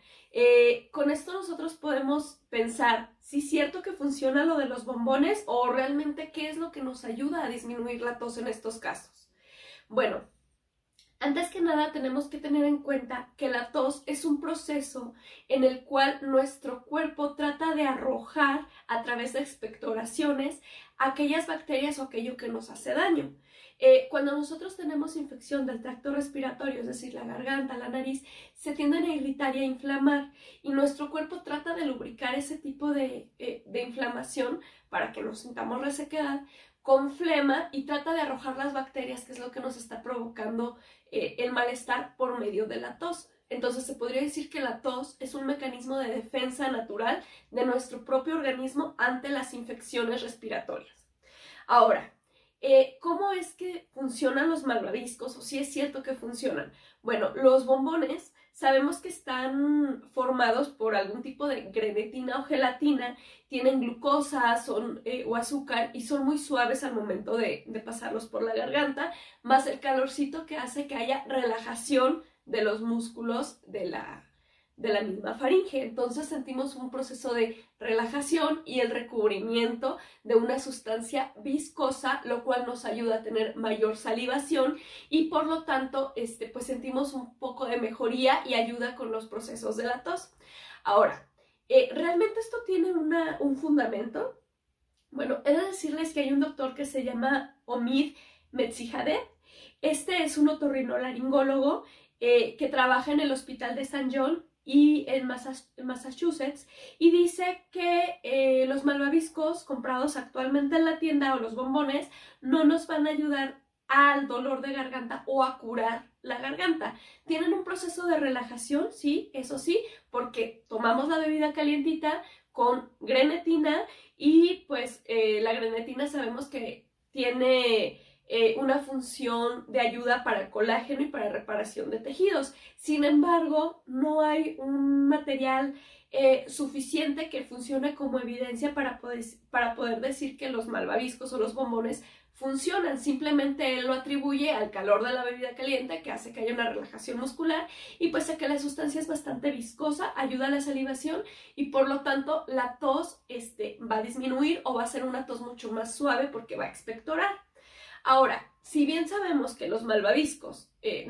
Con esto nosotros podemos pensar si es cierto que funciona lo de los bombones o realmente qué es lo que nos ayuda a disminuir la tos en estos casos. Bueno, antes que nada tenemos que tener en cuenta que la tos es un proceso en el cual nuestro cuerpo trata de arrojar a través de expectoraciones aquellas bacterias o aquello que nos hace daño. Cuando nosotros tenemos infección del tracto respiratorio, es decir, la garganta, la nariz, se tienden a irritar y a inflamar y nuestro cuerpo trata de lubricar ese tipo de inflamación para que nos sintamos resequedad con flema y trata de arrojar las bacterias, que es lo que nos está provocando el malestar por medio de la tos. Entonces se podría decir que la tos es un mecanismo de defensa natural de nuestro propio organismo ante las infecciones respiratorias. Ahora, ¿cómo es que funcionan los malvaviscos? O si es cierto que funcionan. Bueno, los bombones sabemos que están formados por algún tipo de grenetina o gelatina, tienen glucosa o azúcar y son muy suaves al momento de pasarlos por la garganta, más el calorcito que hace que haya relajación de los músculos de la misma faringe. Entonces sentimos un proceso de relajación y el recubrimiento de una sustancia viscosa, lo cual nos ayuda a tener mayor salivación y por lo tanto pues sentimos un poco de mejoría y ayuda con los procesos de la tos. Ahora, ¿realmente esto tiene un fundamento? Bueno, he de decirles que hay un doctor que se llama Omid Metzihadeh. Este es un otorrinolaringólogo que trabaja en el Hospital de St. John y en Massachusetts, y dice que los malvaviscos comprados actualmente en la tienda o los bombones no nos van a ayudar al dolor de garganta o a curar la garganta. Tienen un proceso de relajación, sí, eso sí, porque tomamos la bebida calientita con grenetina y pues la grenetina sabemos que tiene una función de ayuda para el colágeno y para reparación de tejidos. Sin embargo, no hay un material suficiente que funcione como evidencia para poder decir que los malvaviscos o los bombones funcionan. Simplemente él lo atribuye al calor de la bebida caliente, que hace que haya una relajación muscular y pues a que la sustancia es bastante viscosa, ayuda a la salivación y por lo tanto la tos va a disminuir o va a ser una tos mucho más suave porque va a expectorar. Ahora, si bien sabemos que los malvaviscos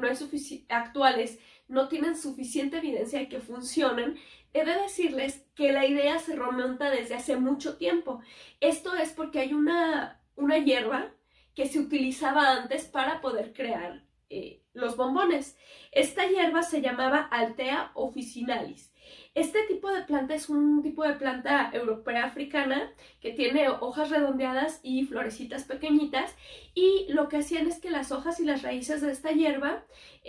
actuales no tienen suficiente evidencia de que funcionan, he de decirles que la idea se remonta desde hace mucho tiempo. Esto es porque hay una hierba que se utilizaba antes para poder crear los bombones. Esta hierba se llamaba Altea officinalis. Este tipo de planta es un tipo de planta europea africana que tiene hojas redondeadas y florecitas pequeñitas y lo que hacían es que las hojas y las raíces de esta hierba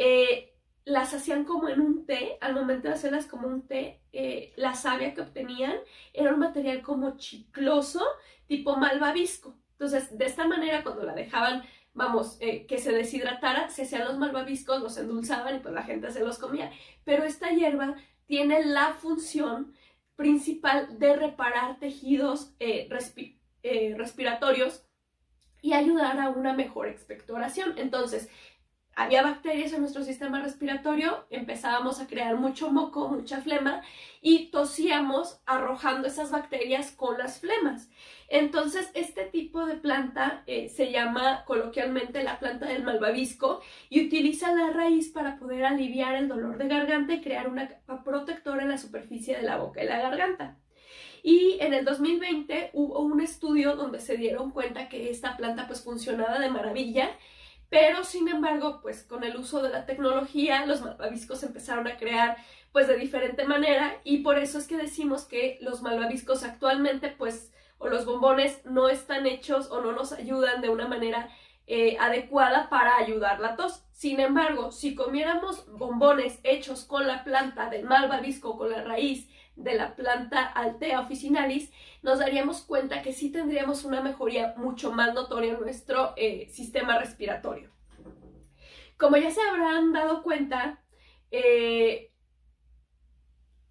las hacían como en un té. Al momento de hacerlas como un té, la savia que obtenían era un material como chicloso tipo malvavisco. Entonces de esta manera cuando la dejaban que se deshidratara, se hacían los malvaviscos, los endulzaban y pues la gente se los comía. Pero esta hierba tiene la función principal de reparar tejidos respiratorios y ayudar a una mejor expectoración. Entonces, había bacterias en nuestro sistema respiratorio, empezábamos a crear mucho moco, mucha flema y tosíamos arrojando esas bacterias con las flemas. Entonces, este tipo de planta se llama coloquialmente la planta del malvavisco y utiliza la raíz para poder aliviar el dolor de garganta y crear una capa protectora en la superficie de la boca y la garganta. Y en el 2020 hubo un estudio donde se dieron cuenta que esta planta pues funcionaba de maravilla, pero sin embargo pues con el uso de la tecnología los malvaviscos se empezaron a crear pues de diferente manera y por eso es que decimos que los malvaviscos actualmente pues o los bombones no están hechos o no nos ayudan de una manera adecuada para ayudar la tos. Sin embargo, si comiéramos bombones hechos con la planta del malvavisco, con la raíz de la planta Altea officinalis, nos daríamos cuenta que sí tendríamos una mejoría mucho más notoria en nuestro sistema respiratorio. Como ya se habrán dado cuenta,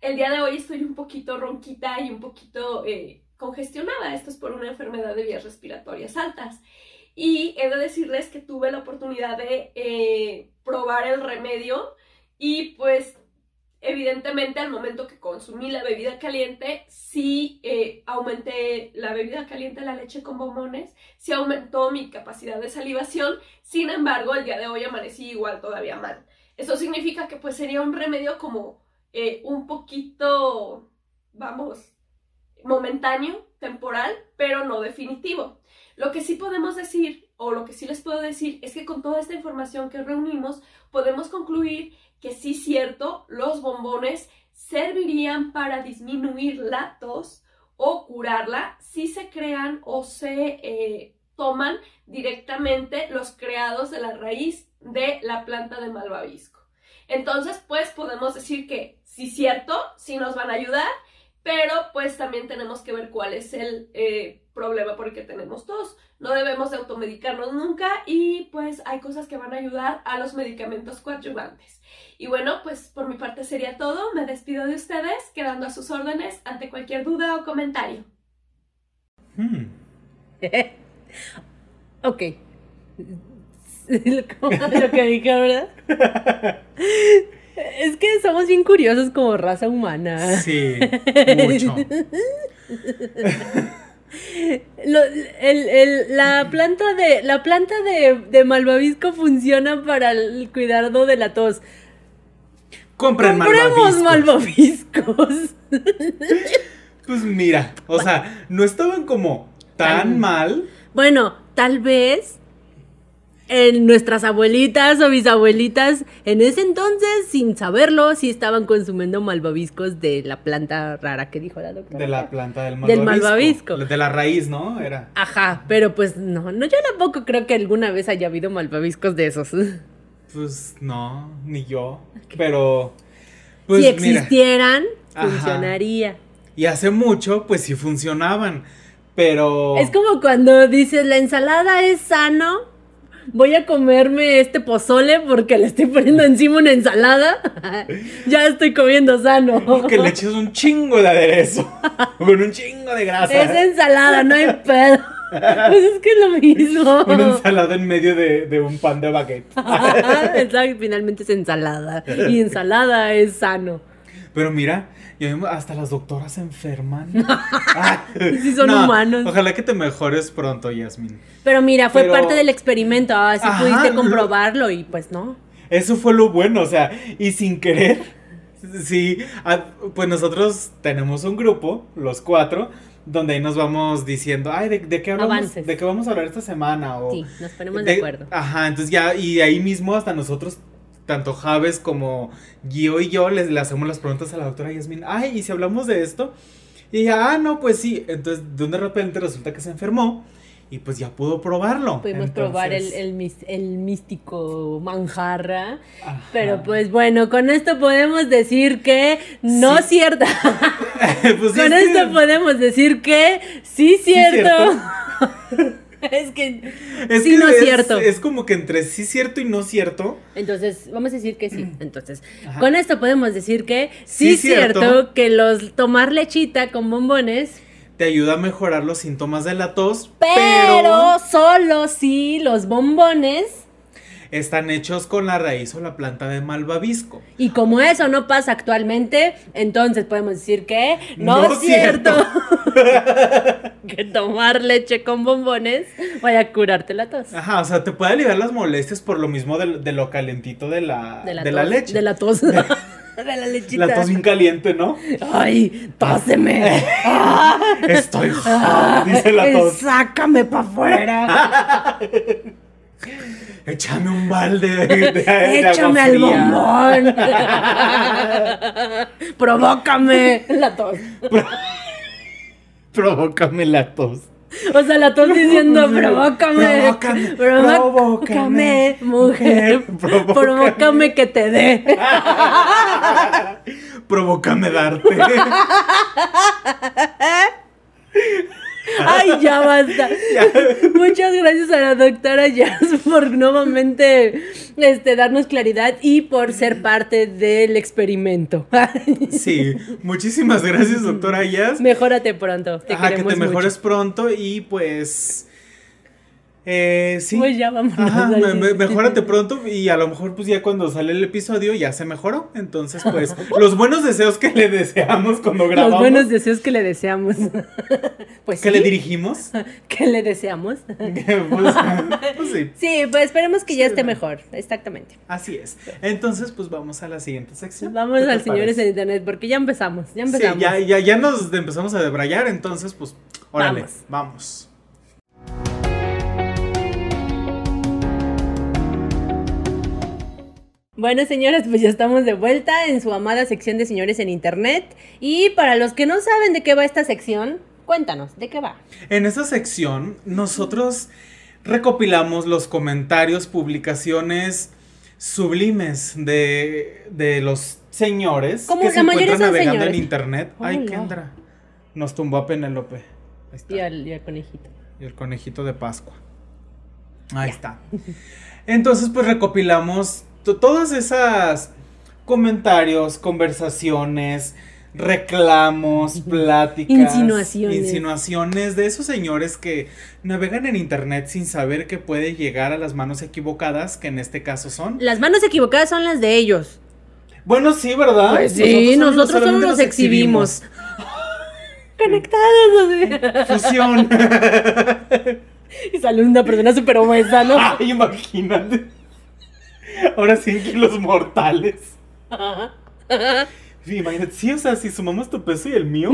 el día de hoy estoy un poquito ronquita y un poquito congestionada. Esto es por una enfermedad de vías respiratorias altas. Y he de decirles que tuve la oportunidad de probar el remedio y pues evidentemente al momento que consumí la bebida caliente, sí aumenté la bebida caliente, la leche con bombones, sí aumentó mi capacidad de salivación. Sin embargo, el día de hoy amanecí igual todavía mal. Eso significa que pues sería un remedio como un poquito, vamos, momentáneo, temporal, pero no definitivo. Lo que sí podemos decir, o lo que sí les puedo decir, es que con toda esta información que reunimos, podemos concluir que sí es cierto, los bombones servirían para disminuir la tos o curarla si se crean o se toman directamente los creados de la raíz de la planta de malvavisco. Entonces, pues podemos decir que sí es cierto, sí nos van a ayudar, pero pues también tenemos que ver cuál es el problema por el que tenemos tos. No debemos de automedicarnos nunca y pues hay cosas que van a ayudar a los medicamentos coadyuvantes. Y bueno, pues por mi parte sería todo. Me despido de ustedes, quedando a sus órdenes ante cualquier duda o comentario. Ok. Lo que dije, ¿verdad? Es que somos bien curiosos como raza humana. Sí, mucho. La planta de malvavisco funciona para el cuidado de la tos. Compremos malvaviscos. Pues mira, o sea, no estaban como tan mal. Bueno, tal vez en nuestras abuelitas o bisabuelitas en ese entonces, sin saberlo, sí estaban consumiendo malvaviscos de la planta rara que dijo la doctora. De la planta del malvavisco. De la raíz, ¿no? Era. Ajá, pero pues no, yo tampoco creo que alguna vez haya habido malvaviscos de esos. Pues no, ni yo. Pero pues si existieran, mira, funcionaría. ajá. Y hace mucho, pues sí funcionaban. Pero es como cuando dices, la ensalada es sano. Voy a comerme este pozole porque le estoy poniendo encima una ensalada. Ya estoy comiendo sano. Porque le eches un chingo de aderezo. Con un chingo de grasa. Es ensalada, no hay pedo. Pues es que es lo mismo. Una ensalada en medio de un pan de baguette. Exacto, finalmente es ensalada. Y ensalada es sano. Pero mira, hasta las doctoras se enferman. Sí son humanos. Ojalá que te mejores pronto, Yasmin. Pero mira, fue parte del experimento. Así pudiste comprobarlo y pues no. Eso fue lo bueno, o sea, y sin querer. Sí, pues nosotros tenemos un grupo, los 4, donde ahí nos vamos diciendo, ay, ¿de qué hablamos? Avances. ¿De qué vamos a hablar esta semana? O sí, nos ponemos de acuerdo. Ajá, entonces ya, y ahí mismo hasta nosotros, tanto Javes como Gio y yo, le hacemos las preguntas a la doctora Yasmin, ay, ¿y si hablamos de esto? Y ella, no, pues sí. Entonces, de repente resulta que se enfermó y pues ya pudo probarlo. Pudimos probar el místico manjarra. Ajá. Pero pues bueno, con esto podemos decir que no es cierto. Pues con esto podemos decir que sí cierto. Es que no es cierto. Es como que entre sí cierto y no cierto. Entonces, vamos a decir que sí. Entonces, con esto podemos decir que sí cierto que tomar lechita con bombones te ayuda a mejorar los síntomas de la tos, pero solo si los bombones están hechos con la raíz o la planta de malvavisco. Y como eso no pasa actualmente, entonces podemos decir que no es cierto que tomar leche con bombones vaya a curarte la tos. Ajá, o sea, te puede aliviar las molestias por lo mismo de lo calentito de la leche. De la tos. De la lechita. La tos bien caliente, ¿no? ¡Ay, tóseme! Estoy dice la tos. ¡Sácame pa' afuera! Échame un balde de échame al bombón. Provócame la tos. Provócame la tos. O sea, la tos diciendo, provócame, mujer, provócame que te dé. Provócame darte. Ay, ya basta. Ya. Muchas gracias a la doctora Jazz por nuevamente darnos claridad y por ser parte del experimento. Sí, muchísimas gracias, doctora Jazz. Mejórate pronto. Te Ajá, que queremos te mejores mucho. pronto y pues... sí. Pues ya vámonos. Ajá, al- mejórate pronto y a lo mejor pues ya cuando sale el episodio ya se mejoró. Entonces pues los buenos deseos que le deseamos cuando grabamos. Los buenos deseos que le deseamos. Pues que sí. le dirigimos. Que le deseamos. pues sí, Sí, pues esperemos que ya esté mejor. Exactamente. así es. Entonces pues vamos a la siguiente sección. Vamos ¿Qué te al Señores parece? en Internet porque ya empezamos. Ya Sí, empezamos. ya nos empezamos a debrayar, entonces pues órale, Vamos. vamos. Bueno, señoras, pues ya estamos de vuelta en su amada sección de Señores en Internet. Y para los que no saben de qué va esta sección, cuéntanos, ¿de qué va? En esta sección nosotros recopilamos los comentarios, publicaciones sublimes de los señores Como que la se mayoría encuentran son navegando señores. en internet. Ay, Hola. Kendra. Nos tumbó a Penélope. Ahí está. Y al conejito. Y el conejito de Pascua. Ahí está. Entonces, pues recopilamos todas esas comentarios, conversaciones, reclamos, pláticas, insinuaciones de esos señores que navegan en internet sin saber que puede llegar a las manos equivocadas, que en este caso son. Las manos equivocadas son las de ellos. Bueno, sí, ¿verdad? Pues sí, nosotros solo solamente los exhibimos. Conectados. O sea. Fusión. Y sale una persona súper obesa, ¿no? Ay, imagínate. Ahora 100 kilos mortales. Ajá. Sí, imagínate, sí, o sea, si sumamos tu peso y el mío.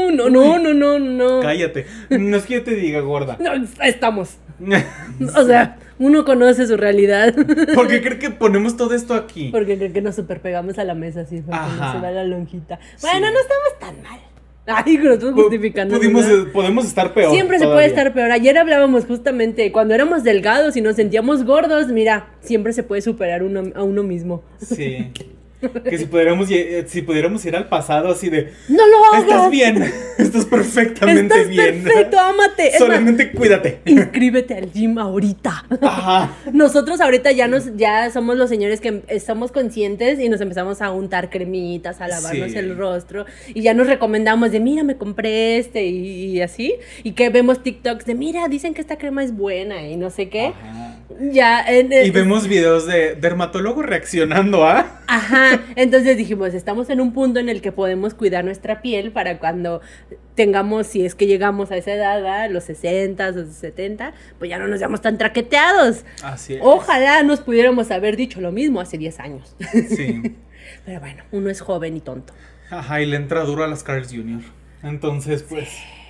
No. Cállate. No es que yo te diga gorda. No, estamos. O sea, uno conoce su realidad. ¿Por qué cree que ponemos todo esto aquí? Porque creo que nos super pegamos a la mesa así, porque Ajá. no se va la lonjita. Sí. Bueno, no estamos tan mal. Ay, que nosotros justificando. Podemos estar peor. Siempre se todavía. puede estar peor. Ayer hablábamos justamente, cuando éramos delgados y nos sentíamos gordos, mira, siempre se puede superar a uno mismo. Sí. Que si pudiéramos ir al pasado así de... ¡No lo hagas! Estás bien. Estás perfectamente Estás bien. perfecto, ámate. Es más, Solamente cuídate. inscríbete al gym ahorita. Ajá. Nosotros ahorita ya somos los señores que estamos conscientes y nos empezamos a untar cremitas, a lavarnos Sí. el rostro y ya nos recomendamos de mira, me compré y así, y que vemos TikToks de mira, dicen que esta crema es buena y no sé qué. Ajá. Ya Y vemos videos de dermatólogos reaccionando a... Ajá, entonces dijimos, estamos en un punto en el que podemos cuidar nuestra piel para cuando tengamos, si es que llegamos a esa edad, a los 60 o 70, pues ya no nos veamos tan traqueteados. Así es. Ojalá nos pudiéramos haber dicho lo mismo hace 10 años. Sí. Pero bueno, uno es joven y tonto. Ajá, y le entra duro a las Carl's Jr. Entonces, pues...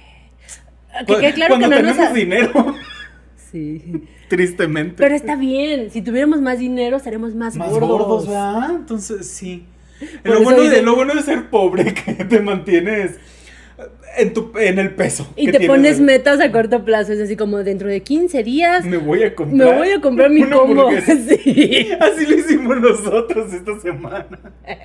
Que quede claro cuando que no nos... tenemos dinero, Sí. tristemente. Pero está bien, si tuviéramos más dinero, estaremos más gordos. gordos, ¿verdad? Entonces, sí. Por Lo eso bueno, dicen- lo bueno de ser pobre, que te mantienes en el peso. Y que te tienes pones de- metas a corto plazo, es así como dentro de 15 días Me voy a comprar mi una combo. hamburguesa. Sí. Así lo hicimos nosotros esta semana.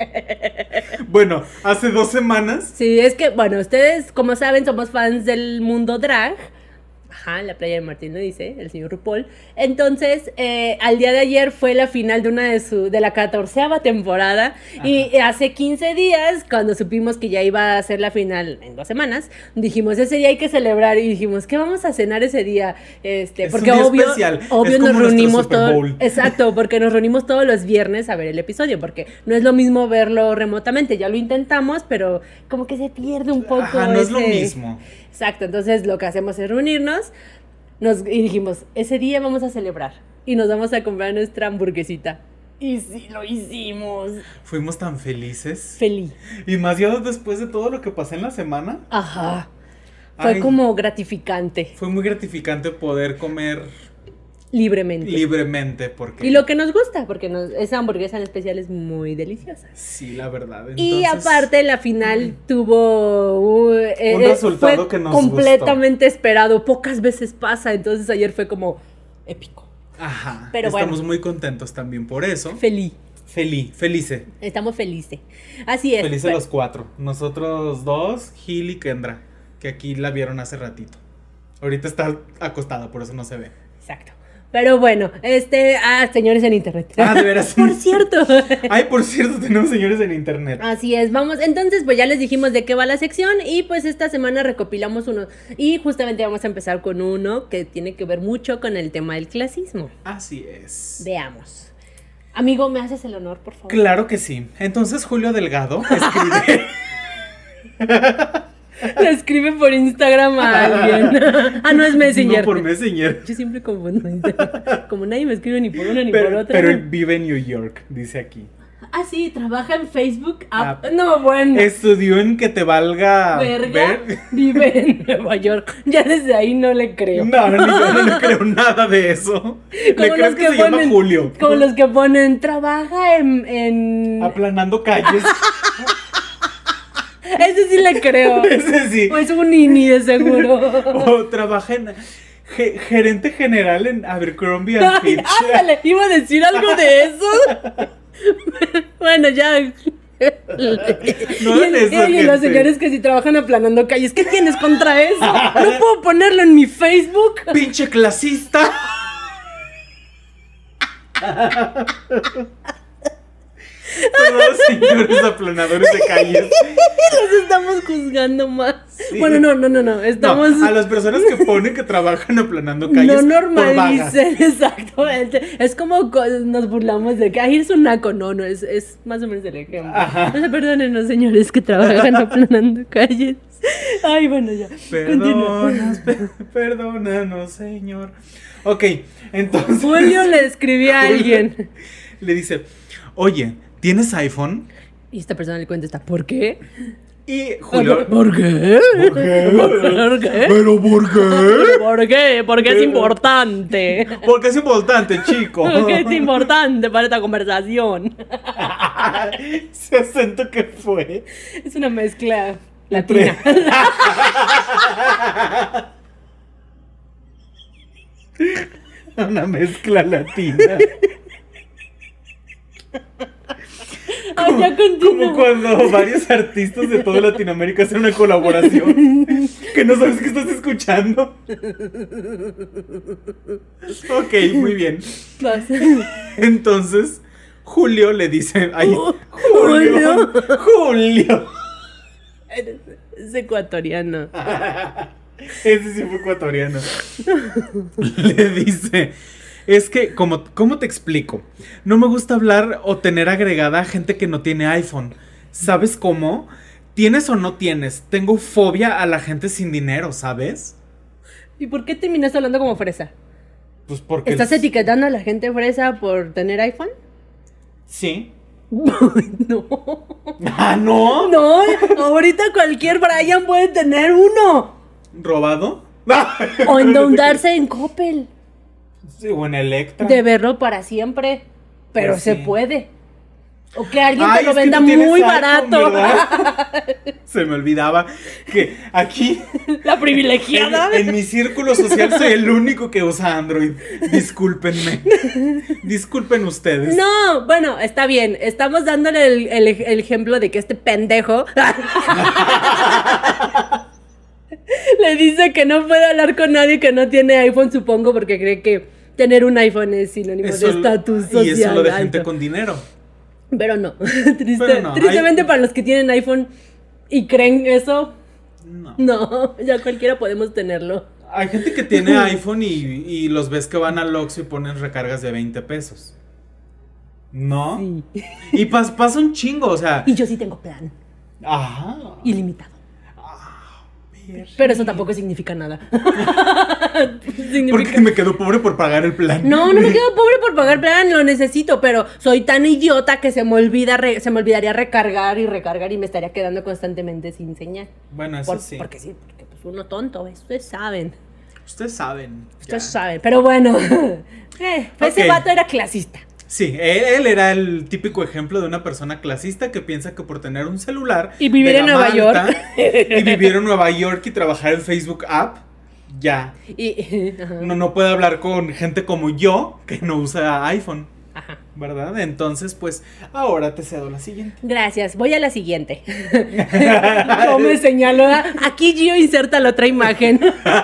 Bueno, hace 2 semanas. Sí, es que, bueno, ustedes, como saben, somos fans del mundo drag. Ajá, la playa de Martín lo dice, el señor RuPaul. Entonces, al día de ayer fue la final de la 14ª temporada. Ajá. Y hace 15 días, cuando supimos que ya iba a ser la final en 2 semanas, dijimos, ese día hay que celebrar. Y dijimos, ¿qué vamos a cenar ese día? Porque un día obvio, especial. obvio Es como nos nuestro reunimos Super todos. Bowl. Exacto, porque nos reunimos todos los viernes a ver el episodio. Porque no es lo mismo verlo remotamente. Ya lo intentamos, pero como que se pierde un poco. Ajá, no es lo ese- mismo. Exacto, entonces lo que hacemos es reunirnos y dijimos, ese día vamos a celebrar y nos vamos a comprar nuestra hamburguesita. Y sí, lo hicimos. Fuimos tan felices. Feliz. Y más ya después de todo lo que pasé en la semana. Ajá. Fue Ay, como gratificante, fue muy gratificante poder comer libremente. libremente. Porque Y lo que nos gusta, porque esa hamburguesa en especial es muy deliciosa. sí, la verdad. Y Entonces, aparte la final tuvo un resultado fue que nos completamente esperado. Pocas veces pasa, entonces ayer fue como épico. Ajá. Pero estamos bueno. muy contentos también por eso. Feliz. Felice. Estamos felices. Así es. Felices los 4. Nosotros 2, Gil y Kendra, que aquí la vieron hace ratito. Ahorita está acostada, por eso no se ve. Exacto. Pero bueno, señores en internet. De veras. Por cierto. Ay, por cierto, tenemos señores en internet. Así es, vamos, entonces pues ya les dijimos de qué va la sección y pues esta semana recopilamos uno y justamente vamos a empezar con uno que tiene que ver mucho con el tema del clasismo. Así es. Veamos. Amigo, ¿me haces el honor, por favor? Claro que sí. Entonces Julio Delgado escribe... Le escribe por Instagram a alguien. No es Messenger. No, por Messenger. Yo siempre confundo Instagram. Como nadie me escribe ni por una ni por otra. Pero él vive en New York, dice aquí. Ah, sí, trabaja en Facebook App. No, bueno. Estudió en que te valga verga. Vive en Nueva York. Ya desde ahí no le creo. No, no le creo nada de eso. ¿Le crees que se llama Julio? Como los que ponen, trabaja en... aplanando calles. Ese sí le creo. Ese sí. O es un nini de seguro. O trabaja en... gerente general en Abercrombie & Fitch. Ándale, iba a decir algo de eso. Bueno, ya. No en eso, y los señores que sí trabajan aplanando calles, ¿qué tienes contra eso? No puedo ponerlo en mi Facebook. ¡Pinche clasista! Todos señores aplanadores de calles. Los estamos juzgando más. Sí. Bueno, no. Estamos. No, a las personas que ponen que trabajan aplanando calles. No normalicen, exactamente. Es como nos burlamos de que ahí es un naco. No, es más o menos el ejemplo. Ajá. No se perdónenos, señores que trabajan aplanando calles. Ay, bueno, ya. Perdónanos, señor. Ok, entonces. Julio le escribía a alguien. Le dice, oye, ¿tienes iPhone? Y esta persona le contesta, ¿por qué? Y Julio... ¿Por qué? ¿Por qué? ¿Por qué? ¿Pero por qué? ¿Por qué? Porque es importante. Porque es importante, chico. Porque es importante para esta conversación. ¿Ese acento qué fue? Es una mezcla latina. Una mezcla latina. Como cuando varios artistas de toda Latinoamérica hacen una colaboración que no sabes qué estás escuchando. Ok, muy bien. Entonces Julio le dice, Julio. Es ecuatoriano. Ese sí fue ecuatoriano. Le dice, es que, ¿cómo te explico? No me gusta hablar o tener agregada a gente que no tiene iPhone. ¿Sabes cómo? ¿Tienes o no tienes? Tengo fobia a la gente sin dinero, ¿sabes? ¿Y por qué terminaste hablando como fresa? Pues porque... ¿Estás etiquetando a la gente fresa por tener iPhone? Sí. No. ¿Ah, no? No, ahorita cualquier Brian puede tener uno. ¿Robado? O endeudarse en Coppel. Sí, o en Electra. De verlo para siempre. Pero pues se sí. puede. O que alguien te lo venda muy barato. Se me olvidaba que aquí... La privilegiada. En mi círculo social soy el único que usa Android. Discúlpenme. Disculpen ustedes. No, bueno, está bien. Estamos dándole el ejemplo de que este pendejo... le dice que no puede hablar con nadie que no tiene iPhone, supongo, porque cree que tener un iPhone es sinónimo de estatus social. Y eso lo de alto. gente con dinero. Pero no. Tristemente para los que tienen iPhone y creen eso, no, ya cualquiera podemos tenerlo. Hay gente que tiene iPhone y los ves que van al Oxxo y ponen recargas de 20 pesos. ¿No? Sí. Y pasa un chingo, o sea... Y yo sí tengo plan. Ajá. Ilimitado. Pero eso tampoco significa nada. Porque me quedo pobre por pagar el plan. No me quedo pobre por pagar el plan, lo necesito, pero soy tan idiota que se me olvidaría recargar y me estaría quedando constantemente sin señal. Bueno, eso sí. Porque pues uno tonto, ustedes saben. Ustedes saben. Pero bueno, ese vato era clasista. Sí, él era el típico ejemplo de una persona clasista que piensa que por tener un celular y vivir en Nueva York y vivir en Nueva York y trabajar en Facebook App, ya no puede hablar con gente como yo que no usa iPhone. Ajá. ¿verdad? Entonces, pues, ahora te cedo la siguiente. Gracias, voy a la siguiente. No me señaló. Aquí Gio inserta la otra imagen.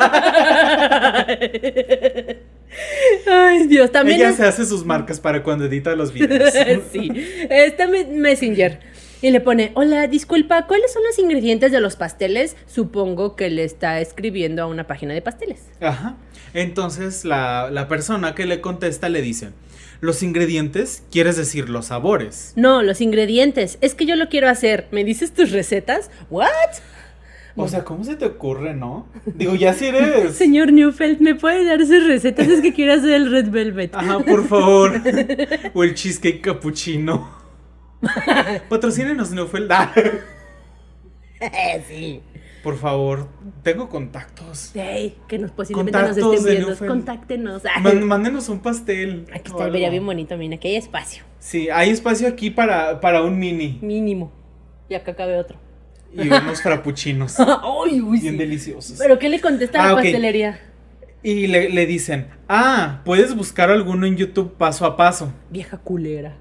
Ay, Dios, también. Ella se hace sus marcas para cuando edita los videos. Sí, está Messenger. Y le pone, hola, disculpa, ¿cuáles son los ingredientes de los pasteles? Supongo que le está escribiendo a una página de pasteles. Ajá. Entonces la persona que le contesta le dice, los ingredientes, ¿quieres decir los sabores? No, los ingredientes. Es que yo lo quiero hacer. ¿Me dices tus recetas? ¿What? O sea, ¿cómo se te ocurre, no? Digo, ya si eres... Señor Neufeld, ¿me puede dar sus recetas? Es que quiero hacer el Red Velvet. Ajá, por favor. O el cheesecake cappuccino. Patrocínenos, Neufeld. Sí. Por favor, tengo contactos. Hey, que nos posiblemente Contactos nos estén de viendo. Neufeld. Contáctenos. Mándenos un pastel. Aquí o está, algo. vería bien bonito, mira, aquí hay espacio. Sí, hay espacio aquí para un mini. Mínimo. Y acá cabe otro. Y unos frappuccinos. Ay, uy, Bien sí. deliciosos. ¿Pero qué le contesta a la ok. pastelería? Y le dicen, puedes buscar alguno en YouTube paso a paso. Vieja culera.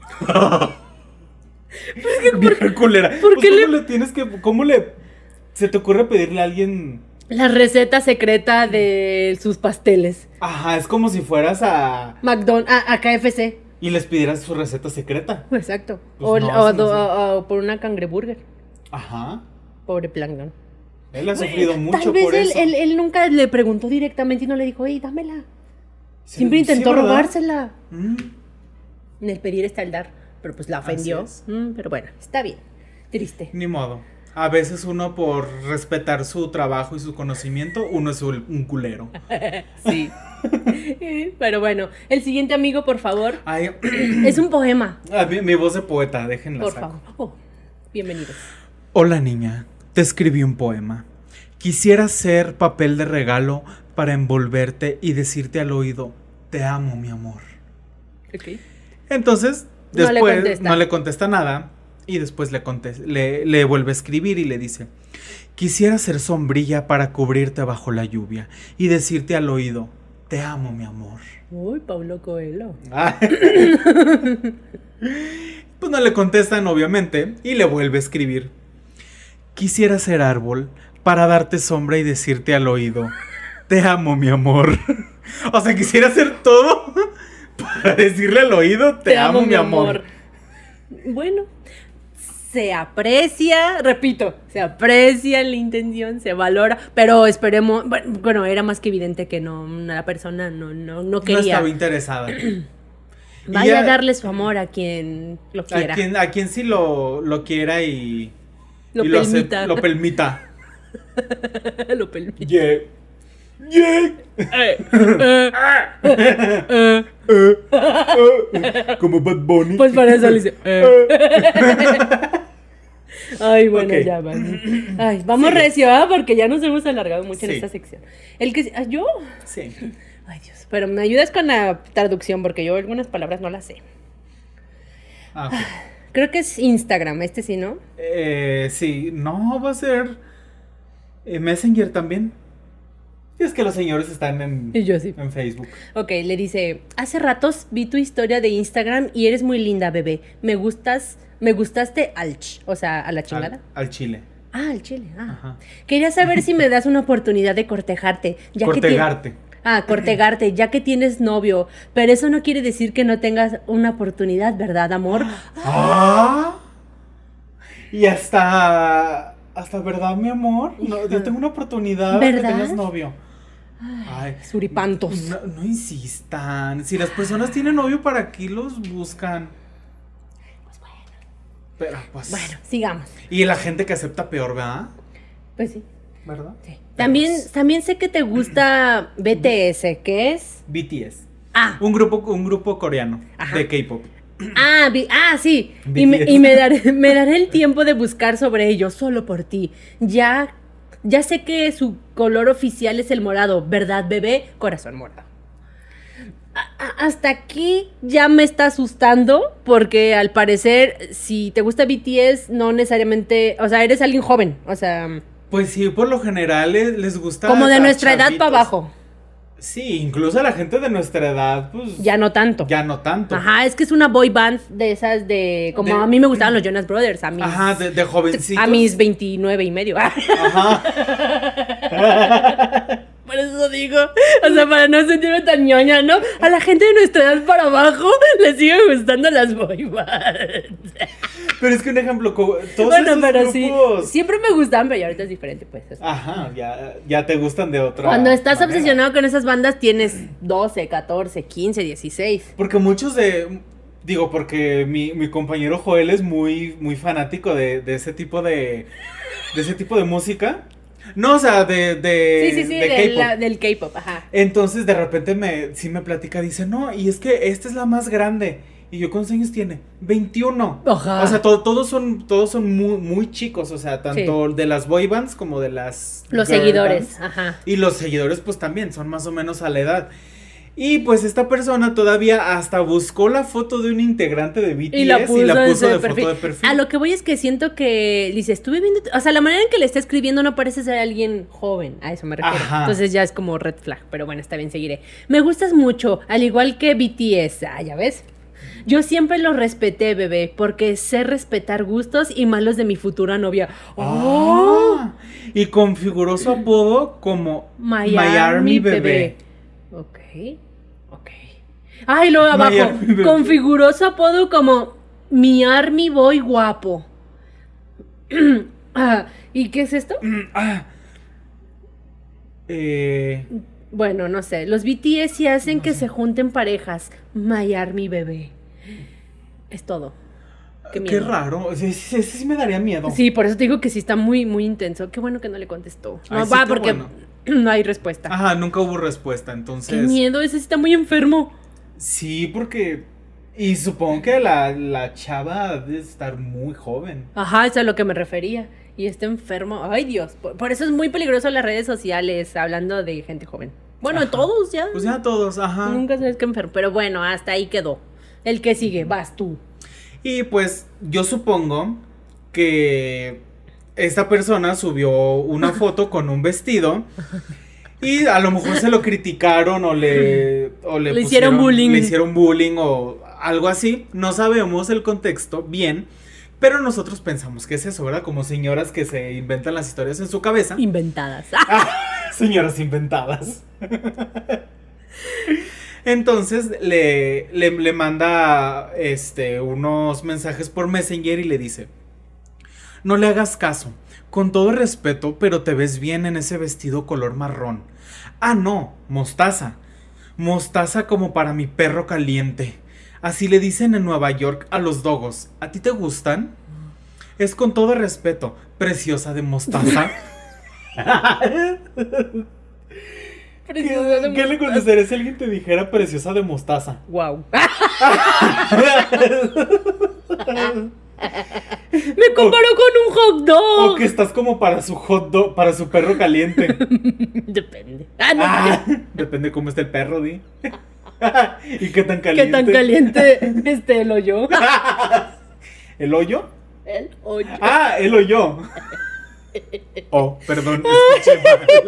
Vieja culera. por qué ¿Cómo le se te ocurre pedirle a alguien? La receta secreta de sus pasteles. Ajá, es como si fueras a A KFC. y les pidieras su receta secreta. Exacto. Pues no, eso no sé. O por una cangreburger. Ajá. Pobre Plankton. Él ha sufrido mucho Tal vez por eso. él nunca le preguntó directamente y no le dijo, ey, dámela. Siempre intentó ¿verdad? robársela. Mm, En el pedir está el dar. Pero pues la ofendió. Así Pero bueno, está bien. Triste. Ni modo. A veces uno por respetar su trabajo y su conocimiento, uno es un culero. Sí. Pero bueno, el siguiente amigo, por favor. Ay, Es un poema. mi voz de poeta, déjenla Por saco. favor. Oh, bienvenidos. Hola niña, te escribí un poema. Quisiera ser papel de regalo para envolverte y decirte al oído, te amo, mi amor. Ok. Entonces, No le después contesta. no le contesta nada y después le vuelve a escribir y le dice, quisiera ser sombrilla para cubrirte bajo la lluvia y decirte al oído, te amo, mi amor. Uy, Paulo Coelho. Pues no le contestan, obviamente, y le vuelve a escribir. Quisiera ser árbol para darte sombra y decirte al oído, te amo, mi amor. O sea, quisiera hacer todo para decirle al oído, te amo, mi amor. Bueno, se aprecia, repito, se aprecia la intención, se valora, pero esperemos, bueno, era más que evidente que no, la persona no quería. No estaba interesada. Vaya a darle su amor a quien lo quiera. A quien sí lo quiera y Lo y permita. Lo permita. Lo permite. Yeah. Yeah. Como Bad Bunny. Pues para eso le dice. Ay, bueno, Ok. ya va. Ay, vamos Sí. recio, porque ya nos hemos alargado mucho en Sí. esta sección. ¿Yo? Sí. Ay, Dios. Pero me ayudas con la traducción porque yo algunas palabras no las sé. Ah, ok. Creo que es Instagram, sí, ¿no? Sí, no, va a ser Messenger también. Y es que los señores están Y yo sí. en Facebook. Ok, le dice, hace ratos vi tu historia de Instagram y eres muy linda, bebé. Me gustaste o sea, a la chingada. Al chile. Al chile, Ajá. Quería saber si me das una oportunidad de cortejarte. Cortegarte. Cortegarte, ya que tienes novio. Pero eso no quiere decir que no tengas una oportunidad, ¿verdad, amor? Y hasta verdad, mi amor. No, Hija. yo tengo una oportunidad de que ¿Verdad? tengas novio. Ay, Suripantos. no insistan. Si las personas tienen novio, ¿para qué los buscan? Pues bueno. Pero pues. Bueno, sigamos. Y la gente que acepta peor, ¿verdad? Pues sí. ¿Verdad? Sí. También sé que te gusta BTS, ¿qué es? BTS. Ah, Un grupo coreano Ajá. de K-pop. Sí. BTS. Y me daré el tiempo de buscar sobre ello solo por ti. Ya sé que su color oficial es el morado, ¿verdad, bebé? Corazón morado. Hasta aquí ya me está asustando porque al parecer si te gusta BTS no necesariamente, o sea, eres alguien joven, o sea, Pues sí, por lo general les gusta. como de a nuestra edad chavitos. para abajo. Sí, incluso la gente de nuestra edad, pues... Ya no tanto. Ya no tanto. Ajá, es que es una boy band de esas de... Como a mí me gustaban los Jonas Brothers, a mis... Ajá, de jovencitos. A mis 29 y medio. Ajá. Por eso digo, o sea, para no sentirme tan ñoña, ¿no? A la gente de nuestra edad para abajo le siguen gustando las boy bands. Pero es que un ejemplo, todos Bueno, esos pero grupos... sí, siempre me gustaban, pero ahorita es diferente, pues. O sea, Ajá, ya te gustan de otra cuando estás manera. obsesionado con esas bandas tienes 12, 14, 15, 16. Porque muchos de... Digo, porque mi compañero Joel es muy, muy fanático de ese tipo de ese tipo de música. No, o sea, Sí, de K-pop. del K-pop, ajá. Entonces, de repente sí me platica, dice, no, y es que esta es la más grande. Y yo, ¿cuántos años tiene? 21. Ajá. O sea, todos son muy, muy chicos, o sea, tanto de las boy bands como de las Los girl seguidores, bands. ajá. Y los seguidores, pues también, son más o menos a la edad. Y pues esta persona todavía hasta buscó la foto de un integrante de BTS Y la puso de de foto de perfil. A lo que voy es que siento que, dice, estuve viendo, o sea, la manera en que le está escribiendo no parece ser alguien joven, a eso me refiero. Ajá. Entonces ya es como red flag, pero bueno, está bien, seguiré. Me gustas mucho, al igual que BTS, ya ves. Yo siempre los respeté, bebé, porque sé respetar gustos y malos de mi futura novia. ¡Oh! Y configuró su apodo como My Army Army Bebé. Bebé. Ok. Ay, luego abajo. Army Bebé. Configuró su apodo como mi Army Boy guapo. ¿Y qué es esto? Bueno, no sé. Los BTS sí hacen que se junten parejas. My Army Bebé. Es todo. Qué raro. Ese sí me daría miedo. Sí, por eso te digo que sí está muy, muy intenso. Qué bueno que no le contestó. Ay, No sí, va, qué porque bueno. no hay respuesta. Ajá, nunca hubo respuesta, entonces... Qué miedo, ese sí está muy enfermo. Sí, porque... Y supongo que la chava debe estar muy joven. Ajá, eso es a lo que me refería. Y está enfermo. Ay, Dios. Por eso es muy peligroso las redes sociales, hablando de gente joven. Bueno, Ajá. todos ya. Pues ya todos, ajá. Nunca sabes qué enfermo. Pero bueno, hasta ahí quedó. El que sigue, vas tú. Y pues yo supongo que esta persona subió una foto con un vestido y a lo mejor se lo criticaron o le hicieron bullying. Le hicieron bullying o algo así. No sabemos el contexto bien, pero nosotros pensamos que es eso, ¿verdad? Como señoras que se inventan las historias en su cabeza. Inventadas. Señoras inventadas. Entonces le manda unos mensajes por Messenger y le dice: no le hagas caso, con todo respeto, pero te ves bien en ese vestido color marrón. Ah, no, mostaza. Mostaza como para mi perro caliente. Así le dicen en Nueva York a los dogos. ¿A ti te gustan? Es con todo respeto, preciosa de mostaza. ¿Qué le contestarías si alguien te dijera preciosa de mostaza? Wow. Me comparó con un hot dog. O que estás como para su hot dog, para su perro caliente. Depende. Depende cómo esté el perro, di. ¿Y qué tan caliente? ¿Qué tan caliente el hoyo? ¿El hoyo? El hoyo. Ah, el hoyo. Oh, perdón, escuché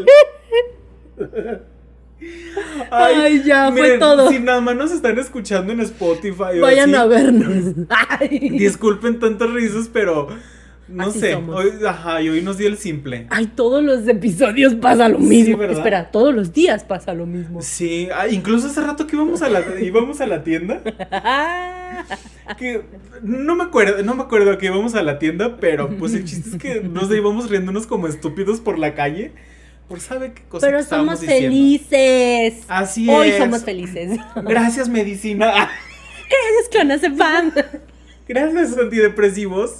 mal. Ay, ya, miren, fue todo. Si nada más nos están escuchando en Spotify, vayan así, a vernos. Ay. disculpen tantos risas, pero no Así sé. somos. Hoy nos dio el simple. Ay, todos los episodios pasa lo mismo. ¿verdad? Espera, todos los días pasa lo mismo. Sí, incluso hace rato que íbamos a la tienda. Que no me acuerdo a que íbamos a la tienda, pero pues el chiste es que nos íbamos riéndonos como estúpidos por la calle. Por sabe qué cosa Pero que estábamos somos diciendo. felices. Así Hoy es. somos felices. Gracias, medicina. Gracias, clonazepam. Gracias, antidepresivos.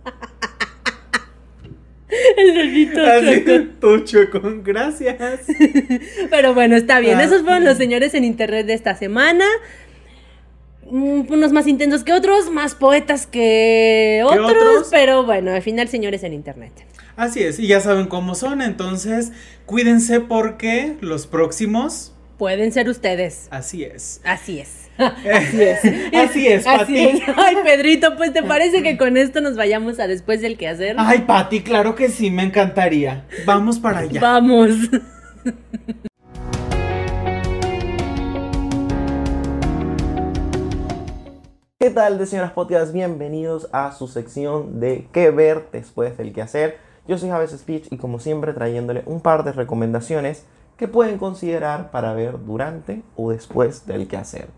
El dedito Así, chueco. todo chueco. Gracias. Pero bueno, está bien. Esos fueron los señores en internet de esta semana. Unos más intensos que otros, más poetas que otros, pero bueno, al final señores en internet. Así es, y ya saben cómo son, entonces cuídense porque los próximos... Pueden ser ustedes. Así es. Así es. Así es. Así es, Pati. Así es. Ay, Pedrito, pues ¿te parece que con esto nos vayamos a después del quehacer? Ay, Pati, claro que sí, me encantaría. Vamos para allá. Vamos. ¿Qué tal, de señoras podcast? Bienvenidos a su sección de qué ver después del qué hacer. Yo soy Javes Speech y como siempre trayéndole un par de recomendaciones que pueden considerar para ver durante o después del qué hacer.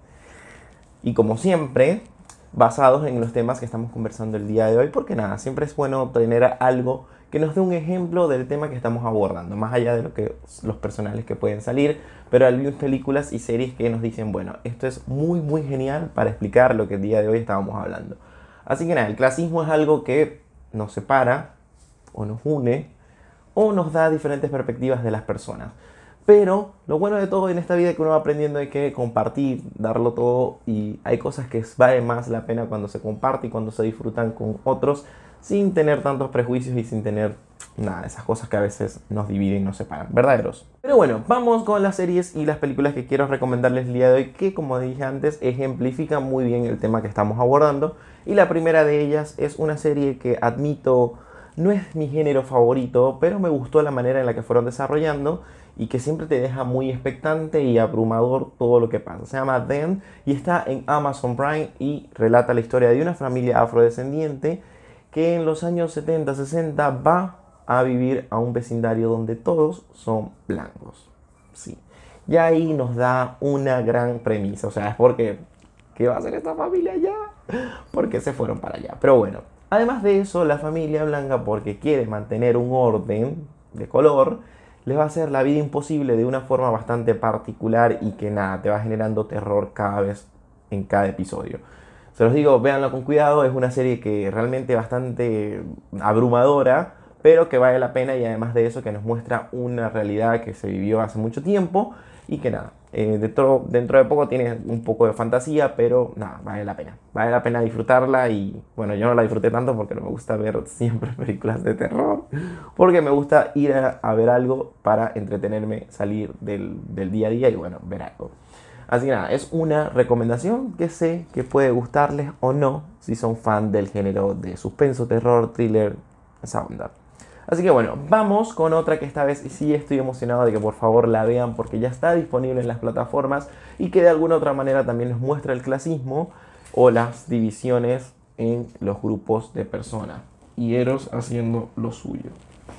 Y como siempre, basados en los temas que estamos conversando el día de hoy, porque nada, siempre es bueno obtener algo que nos dé un ejemplo del tema que estamos abordando, más allá de los personajes que pueden salir, pero algunas películas y series que nos dicen, bueno, esto es muy genial para explicar lo que el día de hoy estábamos hablando. Así que nada, el clasismo es algo que nos separa, o nos une, o nos da diferentes perspectivas de las personas. Pero lo bueno de todo en esta vida que uno va aprendiendo es que compartir, darlo todo, y hay cosas que vale más la pena cuando se comparte y cuando se disfrutan con otros sin tener tantos prejuicios y sin tener nada, esas cosas que a veces nos dividen y nos separan, verdaderos. Pero bueno, vamos con las series y las películas que quiero recomendarles el día de hoy, que como dije antes, ejemplifican muy bien el tema que estamos abordando. Y la primera de ellas es una serie que admito no es mi género favorito, pero me gustó la manera en la que fueron desarrollando y que siempre te deja muy expectante y abrumador todo lo que pasa. Se llama Them y está en Amazon Prime y relata la historia de una familia afrodescendiente que en los años 70-60 va a vivir a un vecindario donde todos son blancos. Sí. Y ahí nos da una gran premisa. O sea, es porque, ¿qué va a hacer esta familia allá? Porque se fueron para allá. Pero bueno, además de eso, la familia blanca, porque quiere mantener un orden de color, les va a hacer la vida imposible de una forma bastante particular y que nada, te va generando terror cada vez en cada episodio. Se los digo, véanlo con cuidado, es una serie que realmente bastante abrumadora, pero que vale la pena y además de eso que nos muestra una realidad que se vivió hace mucho tiempo y que nada, dentro de poco tiene un poco de fantasía, pero nada, vale la pena disfrutarla y bueno, yo no la disfruté tanto porque no me gusta ver siempre películas de terror, porque me gusta ir a ver algo para entretenerme, salir del día a día y bueno, ver algo. Así que nada, es una recomendación que sé que puede gustarles o no si son fan del género de suspenso, terror, thriller, esa onda. Así que bueno, vamos con otra que esta vez sí estoy emocionado de que por favor la vean porque ya está disponible en las plataformas y que de alguna otra manera también nos muestra el clasismo o las divisiones en los grupos de personas. Y Eros haciendo lo suyo.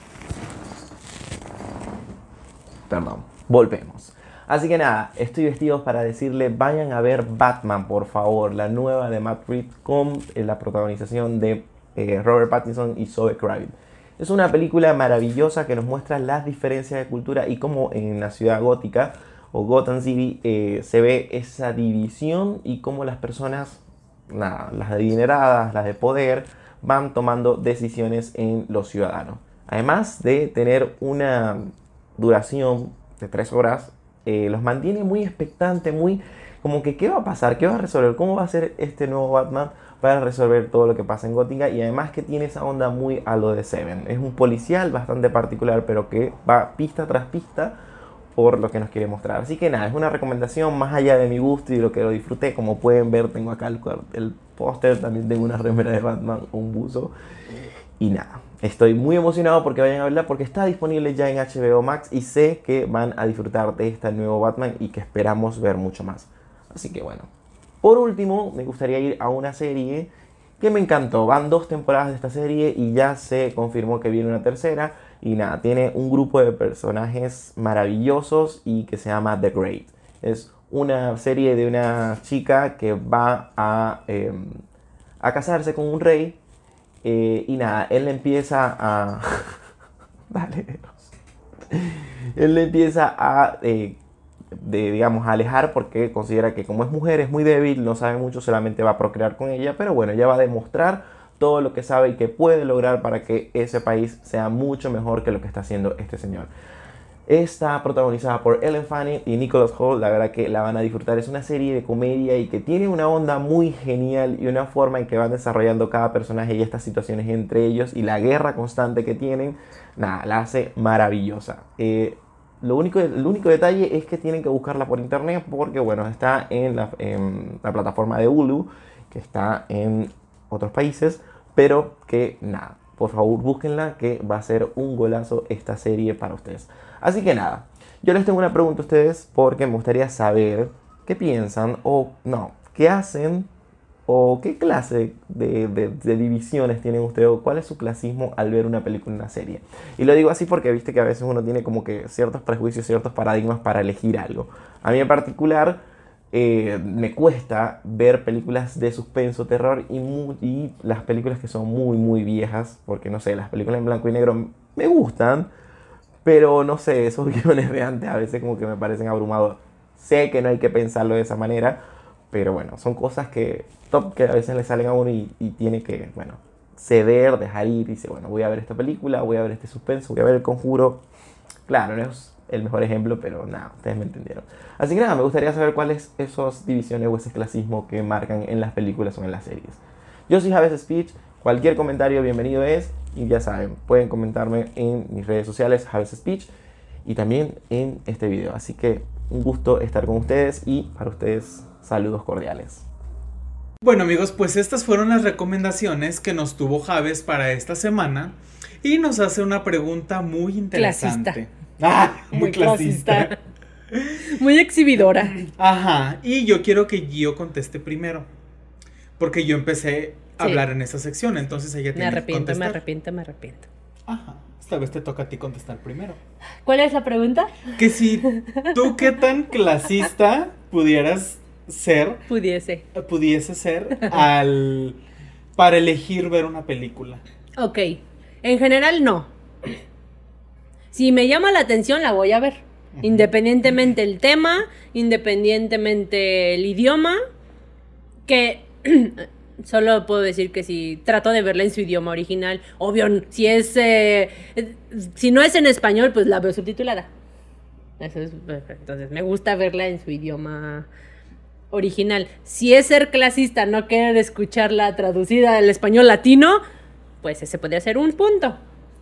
Perdón, volvemos. Así que nada, estoy vestido para decirle, vayan a ver Batman, por favor, la nueva de Matt Reeves con la protagonización de Robert Pattinson y Zoe Kravitz. Es una película maravillosa que nos muestra las diferencias de cultura y cómo en la ciudad gótica o Gotham City se ve esa división y cómo las personas, nada, las adineradas, las de poder, van tomando decisiones en los ciudadanos. Además de tener una duración de 3 horas, los mantiene muy expectantes, muy como que ¿qué va a pasar? ¿Qué va a resolver? ¿Cómo va a ser este nuevo Batman para resolver todo lo que pasa en Gótica? Y además que tiene esa onda muy a lo de Seven. Es un policial bastante particular, pero que va pista tras pista por lo que nos quiere mostrar. Así que nada, es una recomendación más allá de mi gusto y de lo que lo disfruté. Como pueden ver, tengo acá el póster, también tengo una remera de Batman, un buzo. Y nada, estoy muy emocionado porque vayan a verla porque está disponible ya en HBO Max y sé que van a disfrutar de este nuevo Batman y que esperamos ver mucho más. Así que bueno. Por último, me gustaría ir a una serie que me encantó. Van 2 temporadas de esta serie y ya se confirmó que viene una tercera. Y nada, tiene un grupo de personajes maravillosos y que se llama The Great. Es una serie de una chica que va a casarse con un rey. Y nada, él le empieza a... Dale, él le empieza a... digamos, a alejar porque considera que como es mujer, es muy débil, no sabe mucho, solamente va a procrear con ella, pero bueno, ella va a demostrar todo lo que sabe y que puede lograr para que ese país sea mucho mejor que lo que está haciendo este señor. Está protagonizada por Ellen Fanning y Nicholas Hoult, la verdad que la van a disfrutar, es una serie de comedia y que tiene una onda muy genial y una forma en que van desarrollando cada personaje y estas situaciones entre ellos y la guerra constante que tienen, nada, la hace maravillosa. El único detalle es que tienen que buscarla por internet porque, bueno, está en la plataforma de Hulu, que está en otros países, pero que nada, por favor búsquenla, que va a ser un golazo esta serie para ustedes. Así que nada, yo les tengo una pregunta a ustedes porque me gustaría saber qué piensan o no, qué hacen o qué clase de divisiones tienen ustedes o cuál es su clasismo al ver una película, una serie. Y lo digo así porque viste que a veces uno tiene como que ciertos prejuicios, ciertos paradigmas para elegir algo. A mí en particular me cuesta ver películas de suspenso, terror y las películas que son muy muy viejas, porque no sé, las películas en blanco y negro me gustan, pero no sé, esos guiones de antes a veces como que me parecen abrumadores. Sé que no hay que pensarlo de esa manera, pero bueno, son cosas que a veces le salen a uno y tiene que, bueno, ceder, dejar ir, y dice, bueno, voy a ver esta película, voy a ver este suspenso, voy a ver El Conjuro. Claro, no es el mejor ejemplo, pero nada, ustedes me entendieron. Así que nada, me gustaría saber cuáles esas divisiones o ese clasismo que marcan en las películas o en las series. Yo soy Javes Speech, cualquier comentario bienvenido es, y ya saben, pueden comentarme en mis redes sociales, Javes Speech, y también en este video. Así que un gusto estar con ustedes y para ustedes, saludos cordiales. Bueno amigos, pues estas fueron las recomendaciones que nos tuvo Javes para esta semana y nos hace una pregunta muy interesante. Clasista. Ah, muy clasista. Muy exhibidora. Ajá, y yo quiero que Gio conteste primero, porque yo empecé a hablar en esa sección, entonces ella tiene que contestar. Me arrepiento. Ajá, esta vez te toca a ti contestar primero. ¿Cuál es la pregunta? Que si tú qué tan clasista pudieras ser, pudiese ser para elegir ver una película. Ok, en general no. Si me llama la atención la voy a ver, independientemente el tema, independientemente el idioma, que solo puedo decir que si trato de verla en su idioma original, obvio, si no es en español, pues la veo subtitulada. Eso es perfecto. Entonces me gusta verla en su idioma original. Si es ser clasista, no querer escucharla traducida al español latino, pues ese podría ser un punto.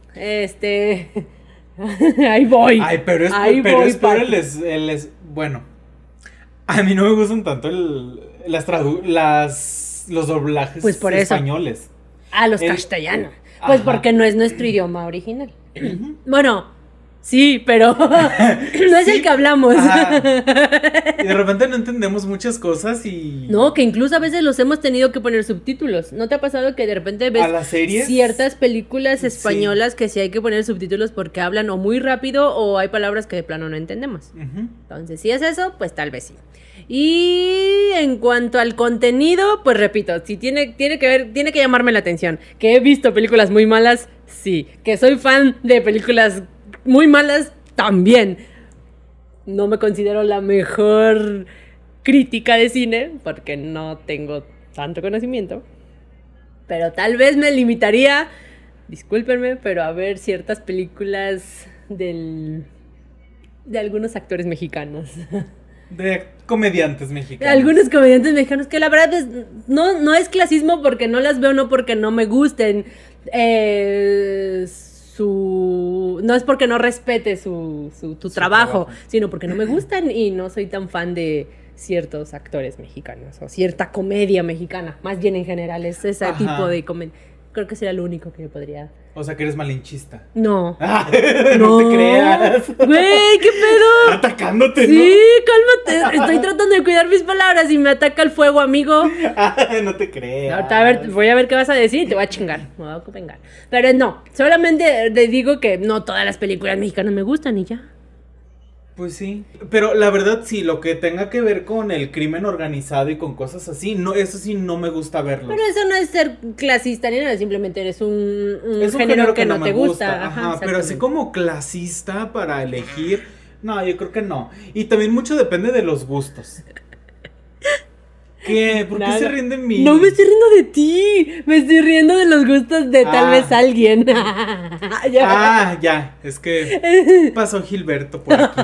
Ahí voy. Ay, pero es bueno, a mí no me gustan tanto los doblajes pues por españoles. Eso. A los castellanos. Pues porque no es nuestro idioma original. Bueno, sí, pero no es el que hablamos. Y de repente no entendemos muchas cosas y... No, que incluso a veces los hemos tenido que poner subtítulos. ¿No te ha pasado que de repente ves ciertas películas españolas que sí hay que poner subtítulos porque hablan o muy rápido o hay palabras que de plano no entendemos? Entonces, si es eso, pues tal vez sí. Y en cuanto al contenido, pues repito, si tiene que llamarme la atención. Que he visto películas muy malas, sí. Que soy fan de películas muy malas, también. No me considero la mejor crítica de cine, porque no tengo tanto conocimiento. Pero tal vez me limitaría, discúlpenme, pero a ver ciertas películas de algunos actores mexicanos. De comediantes mexicanos. Algunos comediantes mexicanos que la verdad no es clasismo porque no las veo, no porque no me gusten. No es porque no respete su trabajo, sino porque no me gustan y no soy tan fan de ciertos actores mexicanos o cierta comedia mexicana. Más bien en general es ese tipo de comedia. Creo que sería lo único que yo podría... O sea, que eres malinchista. No. No te creas. Güey, ¿qué pedo? Atacándote, ¿no? Sí, cálmate. Estoy tratando de cuidar mis palabras y me ataca el fuego, amigo. No te creas. Ahorita voy a ver qué vas a decir y te voy a chingar. Me voy a vengar. Pero no, solamente le digo que no todas las películas mexicanas me gustan y ya. Pues sí, pero la verdad sí, lo que tenga que ver con el crimen organizado y con cosas así, no, eso sí no me gusta verlo. Pero eso no es ser clasista ni nada, simplemente eres un género que no te gusta. Ajá, pero así como clasista para elegir, no, yo creo que no. Y también mucho depende de los gustos. ¿Qué? ¿Por qué se ríen de mí? No me estoy riendo de ti, me estoy riendo de los gustos de tal vez alguien. Ya, es que pasó Gilberto por aquí.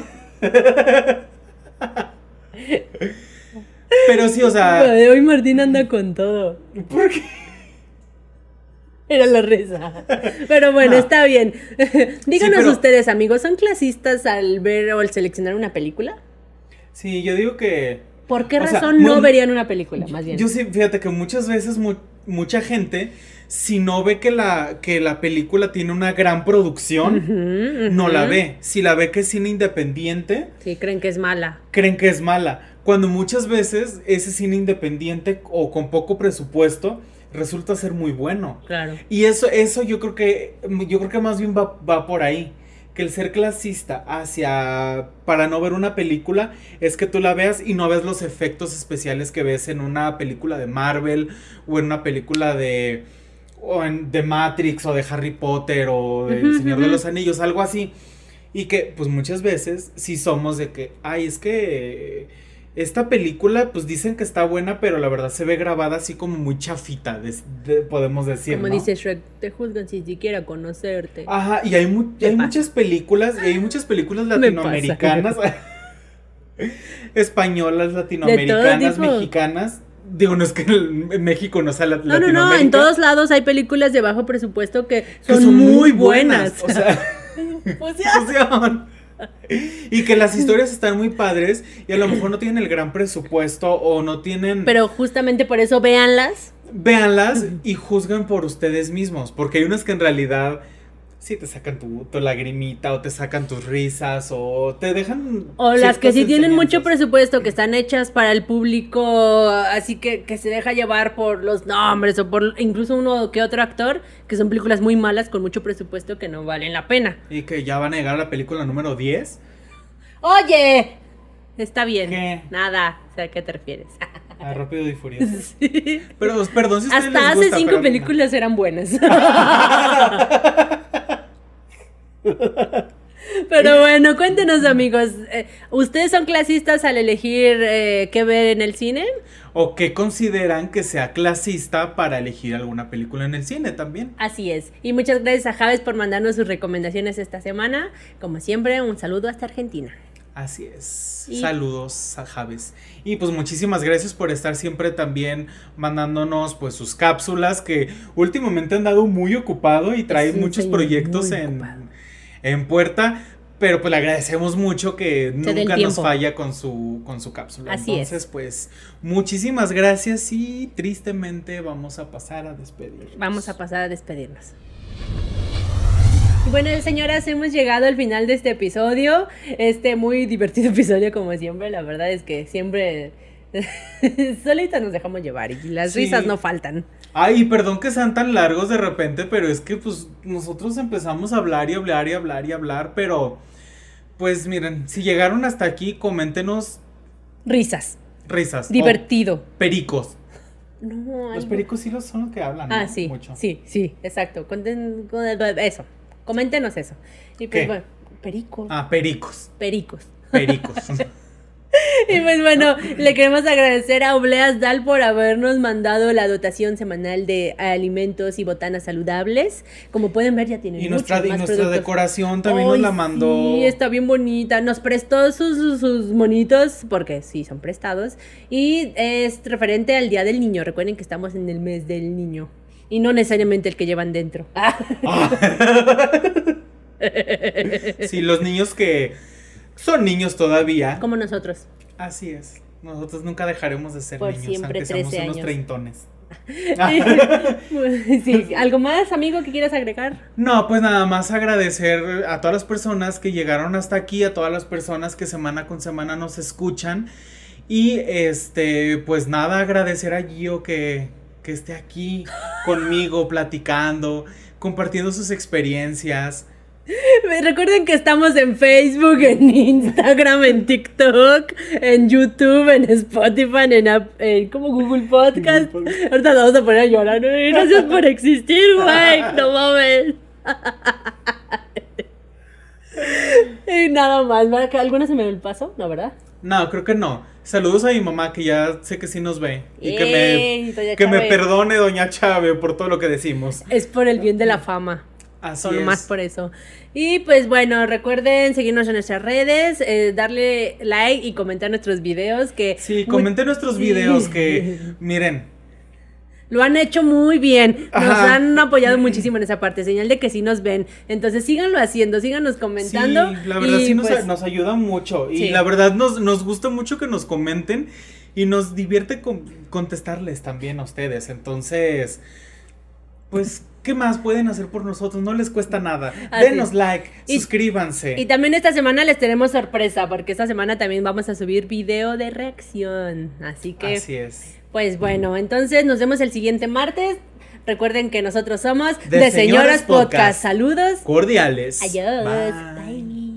Pero sí, o sea... Hoy Martín anda con todo. ¿Por qué? Era la risa. Pero bueno, está bien. Díganos ustedes, amigos, ¿son clasistas al ver o al seleccionar una película? Sí, yo digo que... ¿Por qué razón no verían una película, más bien? Yo sí, fíjate que muchas veces mucha gente si no ve que la película tiene una gran producción, no la ve. Si la ve que es cine independiente, sí, creen que es mala. Cuando muchas veces ese cine independiente o con poco presupuesto resulta ser muy bueno. Claro. Y eso yo creo que más bien va por ahí. Que el ser clasista para no ver una película es que tú la veas y no ves los efectos especiales que ves en una película de Marvel o en una película de Matrix o de Harry Potter o de El Señor de los Anillos, algo así. Y que pues muchas veces sí somos de que, es que esta película pues dicen que está buena, pero la verdad se ve grabada así como muy chafita, podemos decir, como ¿no? dice Shrek, te juzgan sin siquiera conocerte. Ajá, y hay muchas películas latinoamericanas, españolas, latinoamericanas, mexicanas. Digo, no es que en México no sea Latinoamérica. No, en todos lados hay películas de bajo presupuesto que son muy buenas. O sea, fusión. Y que las historias están muy padres y a lo mejor no tienen el gran presupuesto o no tienen... Pero justamente por eso véanlas y juzgan por ustedes mismos, porque hay unas que en realidad sí te sacan tu lagrimita o te sacan tus risas o te dejan... O las que sí tienen mucho presupuesto, que están hechas para el público, así que se deja llevar por los nombres o por incluso uno que otro actor, que son películas muy malas con mucho presupuesto que no valen la pena. Y que ya van a llegar a la película número 10. ¡Oye! Está bien. ¿Qué? Nada, o sea, ¿a qué te refieres? A Rápido y Furioso. Sí. Pero, perdón si a ustedes hasta les gusta, hace 5 películas eran buenas. Pero bueno, cuéntenos, amigos, ¿ustedes son clasistas al elegir qué ver en el cine? ¿O qué consideran que sea clasista para elegir alguna película en el cine también? Así es. Y muchas gracias a Javes por mandarnos sus recomendaciones esta semana. Como siempre, un saludo hasta Argentina. Así es. Saludos a Javes. Y pues muchísimas gracias por estar siempre también mandándonos pues sus cápsulas, que últimamente han dado muy ocupado y trae muchos proyectos en puerta. Pero pues le agradecemos mucho que nunca nos falla con su cápsula. Así Entonces, pues, muchísimas gracias y tristemente vamos a pasar a despedirnos. Y bueno, señoras, hemos llegado al final de este episodio. Muy divertido episodio como siempre. La verdad es que siempre solita nos dejamos llevar y las risas no faltan. Ay, perdón que sean tan largos de repente, pero es que pues nosotros empezamos a hablar y hablar, pero pues miren, si llegaron hasta aquí, coméntenos. Risas. O Divertido. pericos. No, los pericos sí son los que hablan, ¿no? Sí, mucho. Sí, exacto. Eso. Coméntenos eso. Y pues bueno, pericos. Pericos. Y pues bueno, le queremos agradecer a Obleas Dal por habernos mandado la dotación semanal de alimentos y botanas saludables. Como pueden ver, ya tienen nuestra decoración también nos la mandó. Sí, está bien bonita. Nos prestó sus monitos, porque sí, son prestados. Y es referente al Día del Niño. Recuerden que estamos en el mes del niño. Y no necesariamente el que llevan dentro. Sí, los niños que son niños todavía. Como nosotros. Así es. Nosotros nunca dejaremos de ser por niños, siempre, aunque seamos 13 unos años. treintones. Sí, ¿algo más, amigo, que quieras agregar? No, pues nada más agradecer a todas las personas que llegaron hasta aquí, a todas las personas que semana con semana nos escuchan. Y pues nada, agradecer a Gio que esté aquí conmigo platicando, compartiendo sus experiencias. Recuerden que estamos en Facebook, en Instagram, en TikTok, en YouTube, en Spotify, en como Google Podcast. Ahorita nos vamos a poner a llorar. Gracias por existir, güey. No mames. Y nada más. ¿Alguna se me dio el paso? ¿No, verdad? No, creo que no. Saludos a mi mamá, que ya sé que sí nos ve. Y que me perdone, doña Chávez, por todo lo que decimos. Es por el bien de la fama. Así es. Más por eso. Y pues bueno, recuerden seguirnos en nuestras redes, darle like y comentar nuestros videos. Sí, comenten nuestros videos que, miren, lo han hecho muy bien. Nos han apoyado muchísimo en esa parte, señal de que sí nos ven. Entonces síganlo haciendo, síganos comentando. Sí, la verdad sí nos ayuda mucho. Y la verdad nos gusta mucho que nos comenten. Y nos divierte contestarles también a ustedes. Entonces, pues, ¿qué más pueden hacer por nosotros? No les cuesta nada. Así Denos es. like, Y- suscríbanse. Y también esta semana les tenemos sorpresa, porque esta semana también vamos a subir video de reacción. Así que, Así es. pues bueno, entonces nos vemos el siguiente martes. Recuerden que nosotros somos De De Señoras Señoras Podcast. Podcast. Saludos. Cordiales. Adiós. Bye. Bye.